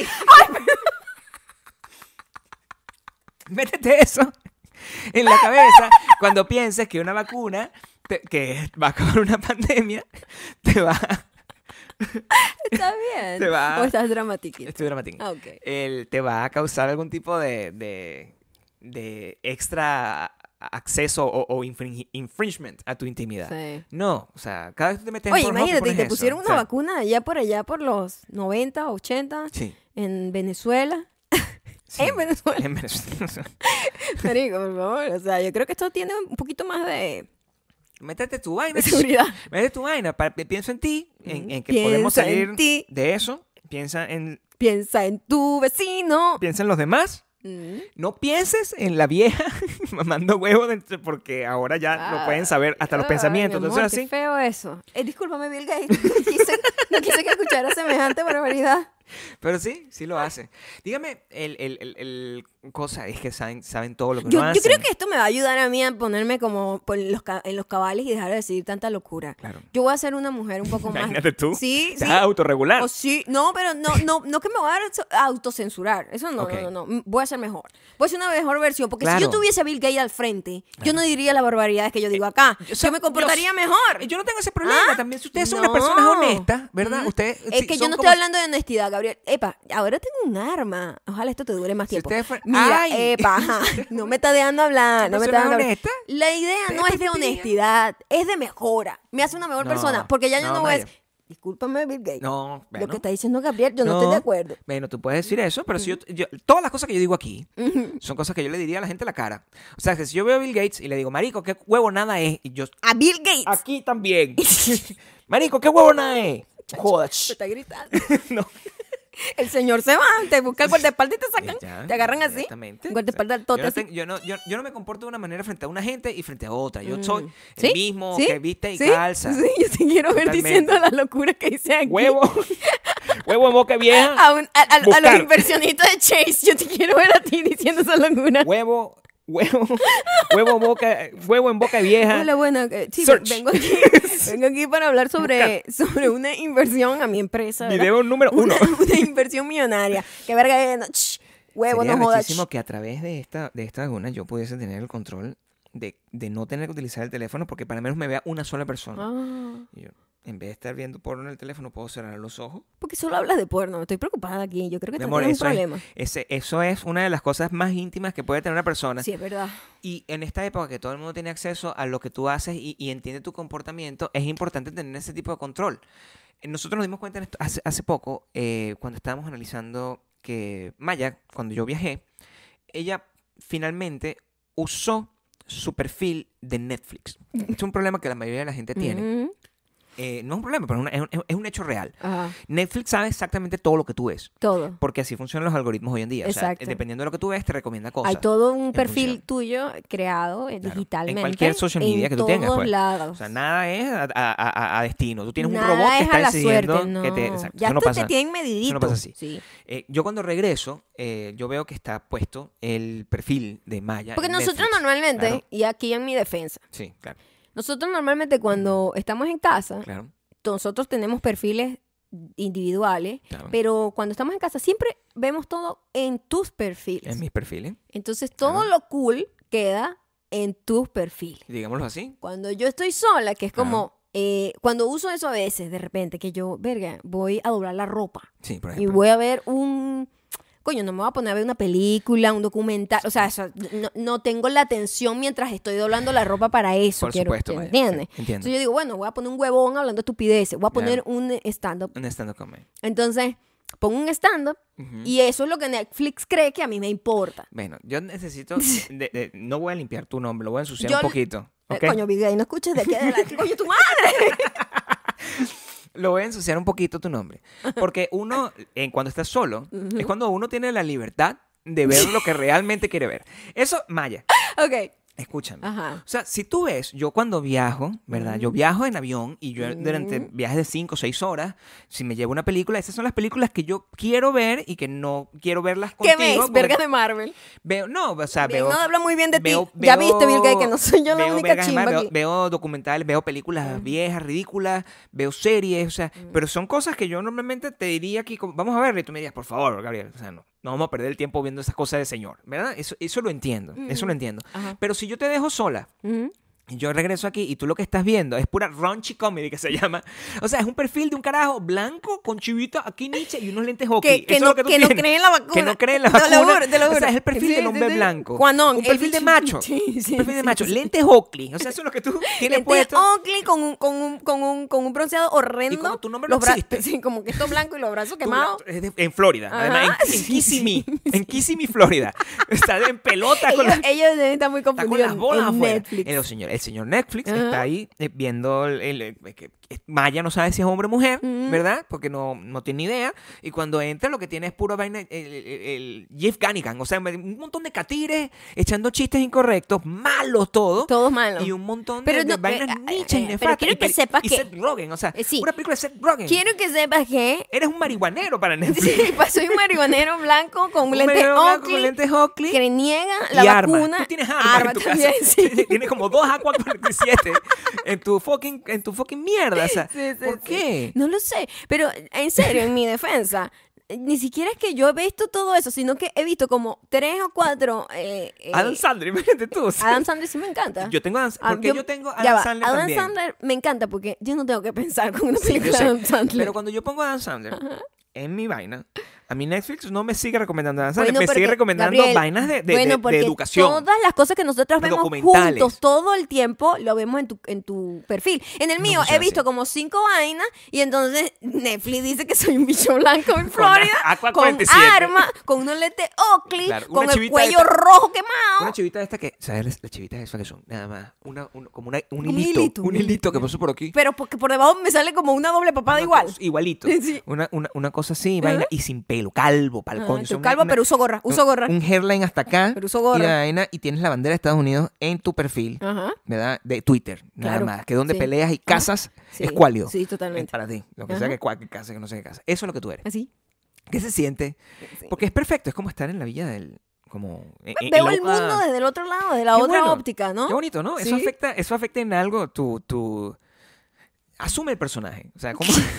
Métete eso en la cabeza cuando pienses que una vacuna que va a acabar una pandemia te va. ¿Está bien? Te va- ¿O estás dramático? Estoy dramático. Ah, ok. Te va a causar algún tipo de extra acceso o infringement a tu intimidad. Sí. No, o sea, cada vez que te metes Oye, en Pornhub, imagínate, pones y te eso. pusieron O una sea, vacuna allá por los 90, 80, Sí. en Venezuela. sí. En Venezuela. En Venezuela. Marico, por favor. O sea, yo creo que esto tiene un poquito más de Métete tu vaina. seguridad. Métete tu vaina. Pienso en ti, en que Piensa podemos en salir ti. de eso. Piensa en Tu vecino. los demás. Mm. No pienses en la vieja mamando huevo porque ahora ya lo pueden saber hasta los Ay, pensamientos. mi Entonces amor, qué así. feo eso. Discúlpame, Bill Gates. No quise que escuchara semejante barbaridad. Pero sí, sí lo hace. Dígame, el cosa es que saben todo lo que Yo uno hace. creo que esto me va a ayudar a mí a ponerme como en los cabales y dejar de decir tanta locura. Claro. Yo voy a ser una mujer un poco más... Imagínate tú. Sí, Te sí. vas a autorregular. O sí, no, pero no que me voy a autocensurar. Eso no, Ok. no. Voy a ser mejor. Voy a ser una mejor versión. Porque Claro. si yo tuviese a Bill Gates al frente, yo no diría las barbaridades que yo digo acá. O sea, Yo me comportaría mejor. Yo no tengo ese problema. ¿Ah? También si ustedes son No. unas personas honestas, ¿verdad? Ujú. Ustedes Es sí, que yo son no como estoy hablando de honestidad, Gabriel. Epa, ahora tengo un arma. Ojalá esto te dure más si tiempo. ustedes fueran- Mira, Ay. epa, ajá, no me está dejando hablar, no me está ¿Persona dejando hablar. honesta? La idea no es de honestidad, es de mejora. Me hace una mejor No, persona, porque ya yo no, no voy a Maya. decir, discúlpame, Bill Gates. No, Lo bueno. que está diciendo Gabriel, yo no estoy de acuerdo. Bueno, tú puedes decir eso, pero si todas las cosas que yo digo aquí son cosas que yo le diría a la gente a la cara. O sea, que si yo veo a Bill Gates y le digo, marico, qué huevo nada es, y yo, A Bill Gates. aquí también. Marico, qué huevo nada es. Me Jodas. está gritando. No. El señor se va, te busca el guardaespaldas y te sacan. Ya, Te agarran así. exactamente. Guardaespaldas al Yo tote no, así. yo no me comporto de una manera frente a una gente y frente a otra. Yo soy ¿Sí? el mismo ¿Sí? que viste y ¿Sí? calza. Sí, yo te quiero ver Totalmente. diciendo la locura que hice aquí. Huevo. Huevo en boca vieja. A los Buscar. inversionistas de Chase, yo te quiero ver a ti diciendo esa locura. Huevo en boca vieja. Hola, buena. Sí, Search. vengo aquí para hablar sobre una inversión a mi empresa. ¿verdad? Video número 1. Una inversión millonaria. Qué verga es. No, huevo, Sería no jodas. rechísimo que a través de esta laguna yo pudiese tener el control de no tener que utilizar el teléfono porque para menos me vea una sola persona. Ah, Y yo, en vez de estar viendo porno en el teléfono, puedo cerrar los ojos. porque solo hablas de porno. Estoy preocupada aquí. Yo creo que Mi te amor, tienes un eso problema. eso es una de las cosas más íntimas que puede tener una persona. Sí, es verdad. Y en esta época que todo el mundo tiene acceso a lo que tú haces y entiende tu comportamiento, es importante tener ese tipo de control. Nosotros nos dimos cuenta en esto hace poco, cuando estábamos analizando que Maya, cuando yo viajé, ella finalmente usó su perfil de Netflix. Es un problema que la mayoría de la gente tiene. Mm, No es un problema, pero es un hecho real. ajá. Netflix sabe exactamente todo lo que tú ves. Todo. Porque así funcionan los algoritmos hoy en día. O sea, Exacto. dependiendo de lo que tú ves, te recomienda cosas. Hay todo un en perfil función. tuyo creado Claro. digitalmente. En cualquier social media que tú tengas. En todos Pues. lados. O sea, nada es a destino. Tú tienes Nada un robot que es está a la decidiendo suerte, no. que te... Exacto, Ya eso no tú pasa. te tienen medidito. Eso no pasa así. Sí. Yo cuando regreso, yo veo que está puesto el perfil de Maya Porque en nosotros Netflix. normalmente, Claro. y aquí en mi defensa, Sí, claro, nosotros normalmente cuando estamos en casa, claro. nosotros tenemos perfiles individuales, Claro. pero cuando estamos en casa siempre vemos todo en tus perfiles. En mis perfiles, Entonces todo Claro. lo cool queda en tus perfiles. digámoslo así. Cuando yo estoy sola, que es Claro. como, cuando uso eso a veces, de repente, que yo, verga, voy a doblar la ropa Sí, por y ejemplo. voy a ver coño, no me voy a poner a ver una película, un documental, o sea, eso, no tengo la atención mientras estoy doblando la ropa para eso, Por supuesto, Maya, ¿entiendes? sí, entiendo. Entonces yo digo, bueno, voy a poner un huevón hablando estupideces, voy a poner Claro. un stand-up. Un stand-up comedy. Entonces, pongo un stand-up Ujú. y eso es lo que Netflix cree que a mí me importa. Bueno, yo necesito... no voy a limpiar tu nombre, lo voy a ensuciar Yo- un poquito. ¿ok? Coño, Big Gay, no escuches de aquí adelante, coño, tu madre. Lo voy a ensuciar un poquito tu nombre. Porque uno, cuando estás solo, es cuando uno tiene la libertad de ver lo que realmente quiere ver. Eso, Maya, Ok. escúchame. Ajá. O sea, si tú ves, yo cuando viajo, ¿verdad? Yo viajo en avión y yo durante viajes de 5 o 6 horas, si me llevo una película, esas son las películas que yo quiero ver y que no quiero verlas ¿Qué contigo. ves? porque Verga de Marvel. Veo, no, o sea, Bien, veo... no habla muy bien de veo- ti. Ya veo- viste, Bill Gates, que no soy yo la veo única vergas de chimba mar, aquí. veo documentales, veo películas viejas, ridículas, veo series, o sea, pero son cosas que yo normalmente te diría que vamos a ver y tú me dirías, por favor, Gabriel, o sea, no vamos a perder el tiempo viendo esas cosas de señor, ¿verdad? Eso lo entiendo, eso lo entiendo. Ajá. Pero si yo te dejo sola, Ujú. y yo regreso aquí y tú lo que estás viendo es pura raunchy comedy que se llama. O sea, es un perfil de un carajo blanco con chivita aquí Nietzsche y unos lentes hockey. Que Eso no, es lo tú que no tienes. creen en la vacuna. Que no creen en la Te lo vacuna. juro, te lo O sea, juro. es el perfil Sí, del hombre sí, sí. blanco. Juanón, Un perfil de macho. Sí, sí, un perfil de sí, macho. sí. Lentes Oakley. O sea, eso es lo que tú tienes Lentes puesto. Oakley con un bronceado horrendo. Y como tu nombre Los no bra- existe. Sí, como que esto blanco y los brazos Tú quemados. en Florida. Ajá, Además, en sí, Kissimmee. En Kissimmee, Florida. Está en pelota con Ellos deben estar muy Está con confundidos las bolas en afuera. Netflix. El señor Netflix Ajá. está ahí viendo que Maya no sabe si es hombre o mujer, Ujú. ¿verdad? Porque no tiene ni idea. Y cuando entra lo que tiene es pura vaina, el Jeff Ganigan. O sea, un montón de catires echando chistes incorrectos, malos todos. Todos malos. Y un montón Pero de no, vainas nichas y pero nefastas. quiero que sepas y que- Seth Rogen, o sea, sí. una película de Seth Rogen. Quiero que sepas que Eres un marihuanero para Netflix. sí, soy un marihuanero blanco con Un lentes marihuanero blanco Oakley con lentes Oakley. que niega Y la armas. vacuna. Tú tienes armas en tu también, casa. sí. Tienes como 2 AK-47 en tu fucking mierda. O sea, Sí, sí, ¿por sí. qué? No lo sé, pero en serio, en mi defensa, ni siquiera es que yo he visto todo eso, sino que he visto como 3 o 4... Adam Sandler, imagínate tú. o sea, Adam Sandler sí me encanta. Yo tengo Adam Ah, ¿Por qué yo tengo ya Adam va, Sandler Adam también? Sandler me encanta porque yo no tengo que pensar con una Sí, yo película sé. de Adam Sandler. Pero cuando yo pongo Adam Sandler en mi vaina, A mí Netflix no me sigue recomendando danzar, Bueno, me porque, sigue recomendando Gabriel, vainas de bueno, porque educación. todas las cosas que nosotros de vemos documentales. juntos todo el tiempo lo vemos en tu perfil. En el No mío funciona he visto así. como 5 vainas y entonces Netflix dice que soy un bicho blanco en Florida Aqua con 47. arma, con unos lentes Oakley, Claro, una con el chivita cuello esta- rojo quemado. Una chivita esta que, ¿sabes? Las chivitas esas que son nada más, un Un hilito, hilito. que pasó por aquí. Pero porque por debajo me sale como una doble papada Una igual. cosa- igualito. Sí. Una cosa así, vaina, y sin pelo, calvo, pa'l Ah, coño. estoy Son calvo, pero uso gorra. Un hairline hasta acá. Pero uso gorra. Y, la vaina, y tienes la bandera de Estados Unidos en tu perfil, Ajá. ¿verdad? De Twitter, nada Claro. más. Que donde Sí. peleas y cazas Sí. es cuálido. Sí, totalmente. Es para ti. Lo que Ajá. sea que case, que no sea que case. Eso es lo que tú eres. Así. ¿Qué se siente? Sí. Porque es perfecto. Es como estar en la villa del... Como, en Veo la el otra- mundo desde el otro lado, de la Qué otra bueno. óptica, ¿no? Qué bonito, ¿no? Sí. Eso afecta en algo tu... Asume el personaje. O sea,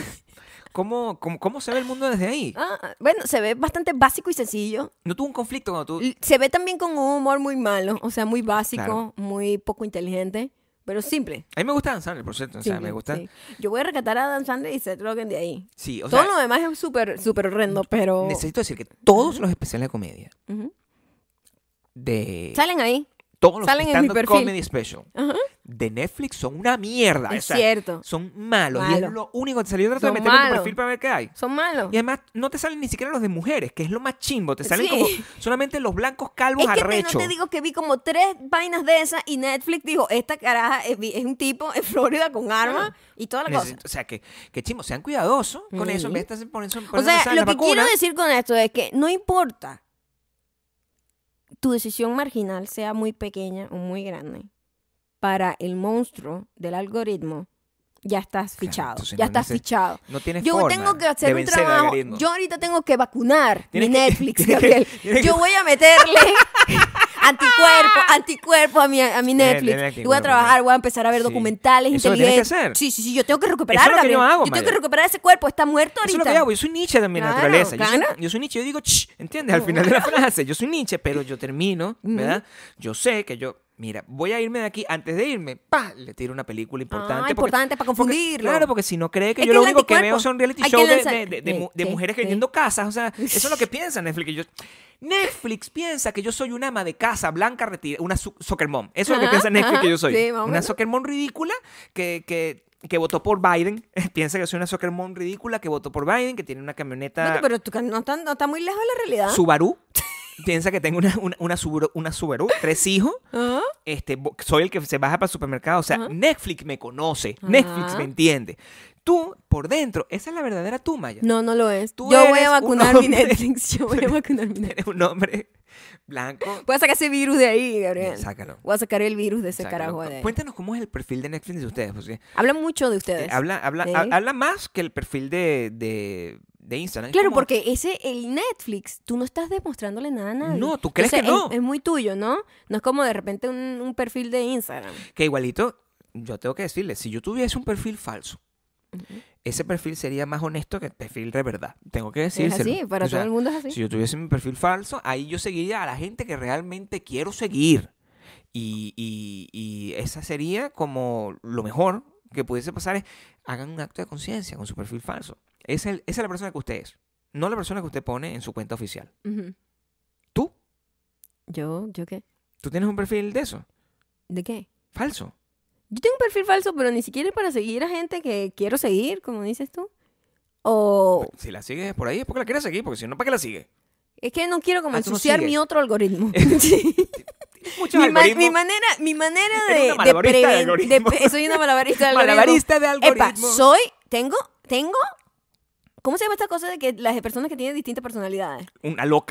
¿cómo se ve el mundo desde ahí? Bueno, se ve bastante básico y sencillo. ¿No tuvo un conflicto cuando tú... Se ve también con un humor muy malo, o sea, muy básico, Claro. muy poco inteligente, pero simple. A mí me gusta danzar, por cierto. O sea, simple, me gusta... sí. Yo voy a rescatar a Dan Sandler y Seth Rogen de ahí. Sí, o Todo sea, lo demás es súper súper horrendo, pero... necesito decir que todos los especiales de comedia Ujú. de... Salen ahí. Todos los salen en mi stand-up perfil. comedy special Ajá. de Netflix son una mierda. Es o sea, cierto. son malos. Y Malo. es lo único que te salió. Yo trato de Son meterme en tu malos. perfil para ver qué hay. Son malos. Y además no te salen ni siquiera los de mujeres, que es lo más chimbo. Te salen Sí. como solamente los blancos calvos Es que arrechos. no te digo que vi como 3 vainas de esas y Netflix dijo, esta caraja es un tipo en Florida con armas y toda la cosa. O sea, que chimbo, sean cuidadosos con eso. En vez de estar O sea, lo que quiero decir con esto es que no importa tu decisión marginal sea muy pequeña o muy grande, para el monstruo del algoritmo ya estás fichado. entonces Ya no estás fichado. No tienes Yo forma tengo que de hacer un vencer al trabajo. algoritmo. Yo ahorita tengo que vacunar mi Tienes que- Netflix, tienes que- Gabriel. tienes que- Yo voy a meterle anticuerpo a mi Netflix. Y voy a trabajar, voy a empezar a ver Sí. documentales Eso lo tienes que inteligentes. hacer. Sí, yo tengo que recuperar, Eso es lo que yo Gabriel. hago, Yo tengo Maya. que recuperar ese cuerpo, está muerto Eso es lo ahorita. que hago. Yo soy Nietzsche de mi Claro, naturaleza. claro. Yo soy Nietzsche. Yo digo, "Ch", ¿entiendes? Al final de la frase. Yo soy Nietzsche, pero yo termino, ¿verdad? Yo sé que mira, voy a irme de aquí. Antes de irme, ¡pa! Le tiro una película importante. Importante para confundirlo. Claro, porque si no cree que Es yo que lo el único que anticuerpo. veo son reality Hay que shows lanzar- de Sí, mujeres sí. vendiendo casas. O sea, eso es lo que piensa Netflix. Netflix piensa que yo soy una ama de casa blanca retirada, una soccer mom. Eso es lo que Ajá, piensa Netflix ajá, que yo soy. sí, más o Una menos. soccer mom ridícula que votó por Biden. Piensa que soy una soccer mom ridícula que votó por Biden, que tiene una camioneta Bueno, pero tú no está muy lejos de la realidad. Subaru. Piensa que tengo una Subaru, 3 hijos. Ajá. Soy el que se baja para el supermercado. O sea, Ajá. Netflix me conoce. Ajá. Netflix me entiende. Tú, por dentro, esa es la verdadera tú, Maya. No, no lo es. Tú Yo voy eres a un vacunar mi hombre. Netflix. Yo voy a vacunar mi Netflix. Eres un hombre blanco. Voy a sacar ese virus de ahí, Gabriel. Sácalo. Voy a sacar el virus de ese Sácalo. carajo de ahí. Cuéntanos cómo es el perfil de Netflix de ustedes. Porque, Habla mucho de ustedes. Sí. habla más que el perfil de Instagram. Es Claro, como- porque el Netflix, tú no estás demostrándole nada a nadie. No, ¿tú crees Entonces, que no? Es muy tuyo, ¿no? No es como de repente un perfil de Instagram. Que igualito, yo tengo que decirle, si yo tuviese un perfil falso, ese perfil sería más honesto que el perfil de verdad. Tengo que Es decírselo. así, para O sea, todo el mundo es así. Si yo tuviese mi perfil falso, ahí yo seguiría a la gente que realmente quiero seguir. Y esa sería como lo mejor que pudiese pasar es hagan un acto de conciencia con su perfil falso. Esa es la persona que usted es, no la persona que usted pone en su cuenta oficial. Ujú. ¿Tú? ¿Yo qué? ¿Tú tienes un perfil de eso? ¿De qué? Falso. Yo tengo un perfil falso, pero ni siquiera es para seguir a gente que quiero seguir, como dices tú. O Si la sigues por ahí es porque la quieres seguir, porque si no, ¿para qué la sigue? es que no quiero como Ah, tú no ensuciar sigues. mi otro algoritmo. Muchos mi algoritmos. manera Eres de, una malabarista de algoritmos. soy una malabarista de algoritmos. Malabarista de algoritmos. Epa, tengo, ¿cómo se llama esta cosa de que las personas que tienen distintas personalidades? Una loca.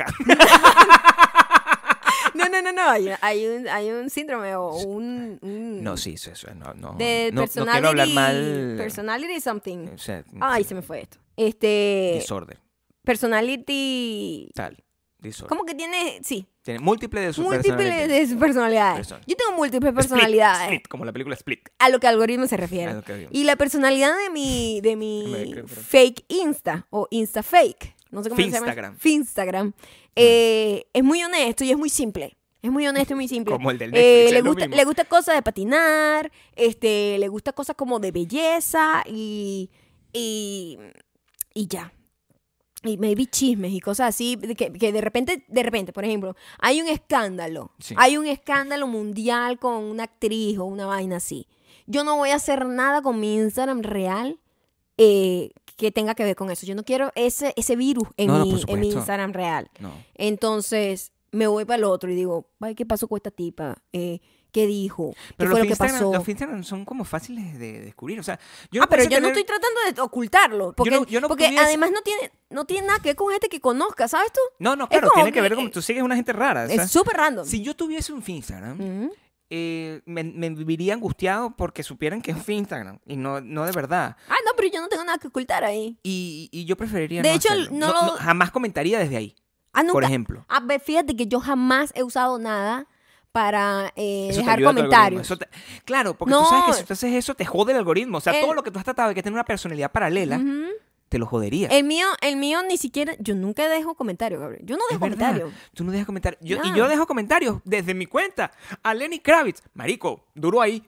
No, hay un síndrome o un No, sí, eso no de no quiero hablar mal. personality something. O sea, Ay, se me fue esto. Disorder, Personality, tal. Disorder. ¿cómo que tiene? Sí, Tiene múltiples de sus múltiples personalidades. de sus personalidades. Persona. Yo tengo múltiples Split, personalidades. Split, como la película Split. A lo que algoritmo se refiere. A lo que digo. Y la personalidad de mi creo. fake Insta o Insta fake, no sé cómo se llama. Finstagram. Finstagram. Es muy honesto y es muy simple. Es muy honesto y muy simple. Como el del Netflix, es lo mismo. Le gusta cosas de patinar, le gusta cosas como de belleza y ya. y maybe chismes y cosas así, que de repente, por ejemplo, hay un escándalo. Sí. Hay un escándalo mundial con una actriz o una vaina así. Yo no voy a hacer nada con mi Instagram real que tenga que ver con eso. Yo no quiero ese virus en, No, por en mi supuesto. Instagram real. No. Entonces, me voy para el otro y digo, ay, ¿qué pasó con esta tipa? ¿Qué dijo? ¿Qué Pero fue lo los que pasó? Instagram son como fáciles de descubrir. O sea, yo Pero empecé yo a no tener- estoy tratando de ocultarlo. Porque, yo no porque pudiese- además no tiene nada que ver con gente que conozca, ¿sabes tú? No, Es claro, como tiene que ver como tú sigues una gente rara. o sea, Es súper random. si yo tuviese un Instagram, Ujú. me viviría angustiado porque supieran que es Instagram y no de verdad. Ah, no, pero yo no tengo nada que ocultar ahí. Y yo preferiría De no hecho, hacerlo. no lo- jamás comentaría desde ahí, Ah, nunca. por ejemplo. A ver, fíjate que yo jamás he usado nada para Eso te dejar ayuda a tu algoritmo. comentarios. Claro, porque No. tú sabes que si tú haces eso te jode el algoritmo. O sea, El- todo lo que tú has tratado de que tener una personalidad paralela, Ujú. te lo jodería. El mío ni siquiera, yo nunca dejo comentarios, Gabriel. Yo no Es dejo verdad. comentarios. Tú no dejas comentarios. Y No. yo dejo comentarios desde mi cuenta. A Lenny Kravitz. Marico, duro ahí.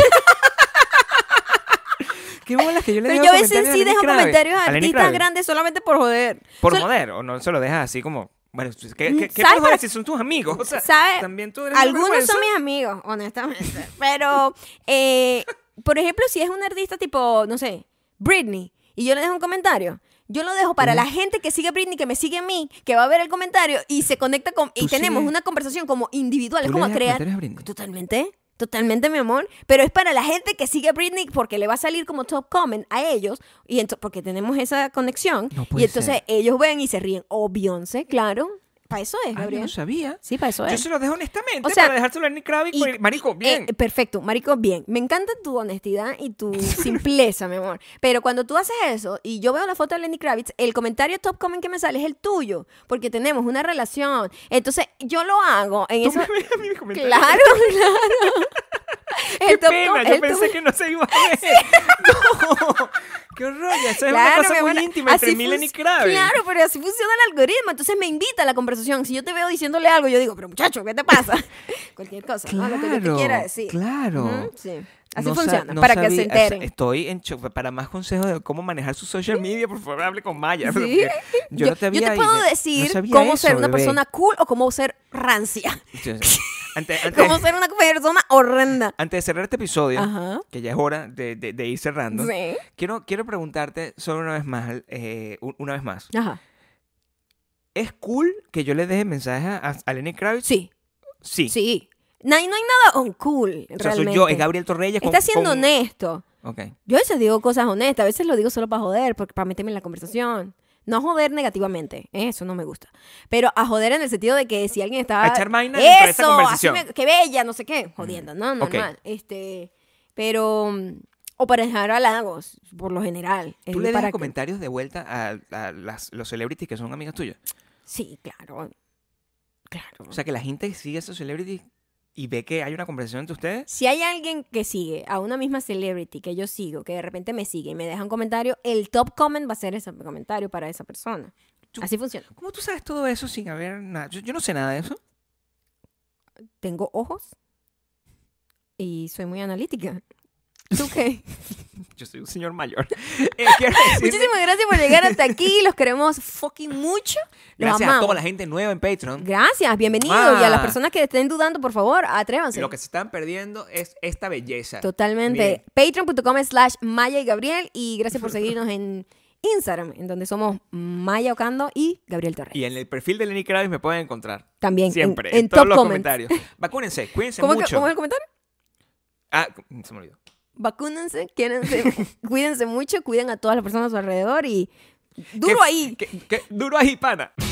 Qué bolas que yo le Pero dejo yo a veces comentarios sí Lenny dejo Kravitz. comentarios a Lenny artistas Kravitz. grandes solamente por joder. Por Sol- joder, o no se lo dejas así como. Bueno, ¿qué ¿sabes? joder si son tus amigos? O sea, ¿Sabes? también tú eres un Algunos vergüenza. son mis amigos, honestamente. Pero, por ejemplo, si es un artista tipo, no sé, Britney, y yo le dejo un comentario, yo lo dejo para la gente que sigue a Britney, que me sigue a mí, que va a ver el comentario y se conecta con... Y ¿Tú tenemos sigues- una conversación como individual. ¿Tú Es le como dejas crear... comentarios a Britney? Totalmente, mi amor. Pero es para la gente que sigue a Britney porque le va a salir como top comment a ellos. Y porque tenemos esa conexión. No Y puede entonces ser. ellos ven y se ríen. O Beyoncé, claro. Para eso es, Ah, yo Gabriel. no sabía. Sí, para eso Yo es. se lo dejo honestamente O sea, para dejárselo a Lenny Kravitz. Y- Pues, marico, bien. Perfecto, marico, bien. Me encanta tu honestidad y tu simpleza, mi amor. Pero cuando tú haces eso y yo veo la foto de Lenny Kravitz, el comentario top comment que me sale es el tuyo, porque tenemos una relación. Entonces, yo lo hago en Tú eso. me ves a mí mis comentarios. Claro, claro. Qué El top pena, com- yo el top- pensé que no se iba a ver. No, qué horror, ya eso es una Claro, cosa mi muy amor, íntima entre así mí y fun- Lenny Kravitz. Claro, pero así funciona el algoritmo. Entonces me invita a la conversación. Si yo te veo diciéndole algo, yo digo, pero muchacho, ¿qué te pasa? Cualquier cosa, ¿no? Lo que yo te quiera decir. Claro. Ujú, sí. Así No funciona, no para que sabía- se enteren. Estoy en shock. Para más consejos de cómo manejar su social media, por favor, hable con Maya. Sí. porque Yo, no te había puedo no decir sabía cómo eso, ser una bebé. persona cool o cómo ser rancia. Antes, Cómo ser una persona horrenda. antes de cerrar este episodio, Ajá. que ya es hora de ir cerrando, Sí. quiero preguntarte solo una vez más. Ajá. ¿Es cool que yo le deje mensaje a Lenny Kravitz? Sí. Sí. Sí. No hay nada uncool, O sea, realmente. soy yo, es Gabriel Torreyes con... Está siendo con- honesto. Ok. Yo a veces digo cosas honestas, a veces lo digo solo para joder, para meterme en la conversación. No joder negativamente, eso no me gusta. Pero a joder en el sentido de que si alguien está... A echar vaina dentro de esta Eso, conversación. así qué bella, no sé qué, jodiendo, ¿no? Ok. Normal. Pero... O para dejar halagos, por lo general. ¿Tú le para dejas que- comentarios de vuelta a los celebrities que son amigas tuyas? Sí, claro. Claro. O sea, que la gente sigue a esos celebrities y ve que hay una conversación entre ustedes. Si hay alguien que sigue a una misma celebrity que yo sigo, que de repente me sigue y me deja un comentario, el top comment va a ser ese comentario para esa persona. Tú- Así funciona. ¿Cómo tú sabes todo eso sin haber nada? Yo no sé nada de eso. Tengo ojos y soy muy analítica. ¿Tú qué? Yo soy un señor mayor. Quiero decirle- Muchísimas gracias por llegar hasta aquí. Los queremos fucking mucho. Los Gracias a amamos. toda la gente nueva en Patreon. Gracias, bienvenidos. Y a las personas que estén dudando, por favor, atrévanse. Lo que se están perdiendo es esta belleza. Totalmente. Patreon.com/Maya y Gabriel. Y gracias por seguirnos en Instagram, en donde somos Maya Ocando y Gabriel Torres. Y en el perfil de Lenny Kravitz me pueden encontrar. También. Siempre. En todos top los comments. comentarios. Vacúnense, cuídense ¿Cómo, mucho. ¿Cómo es el comentario? Ah, se me olvidó. Vacúnense, quiérense, cuídense mucho, cuiden a todas las personas a su alrededor y duro ¿Qué- ahí. Duro ahí, pana.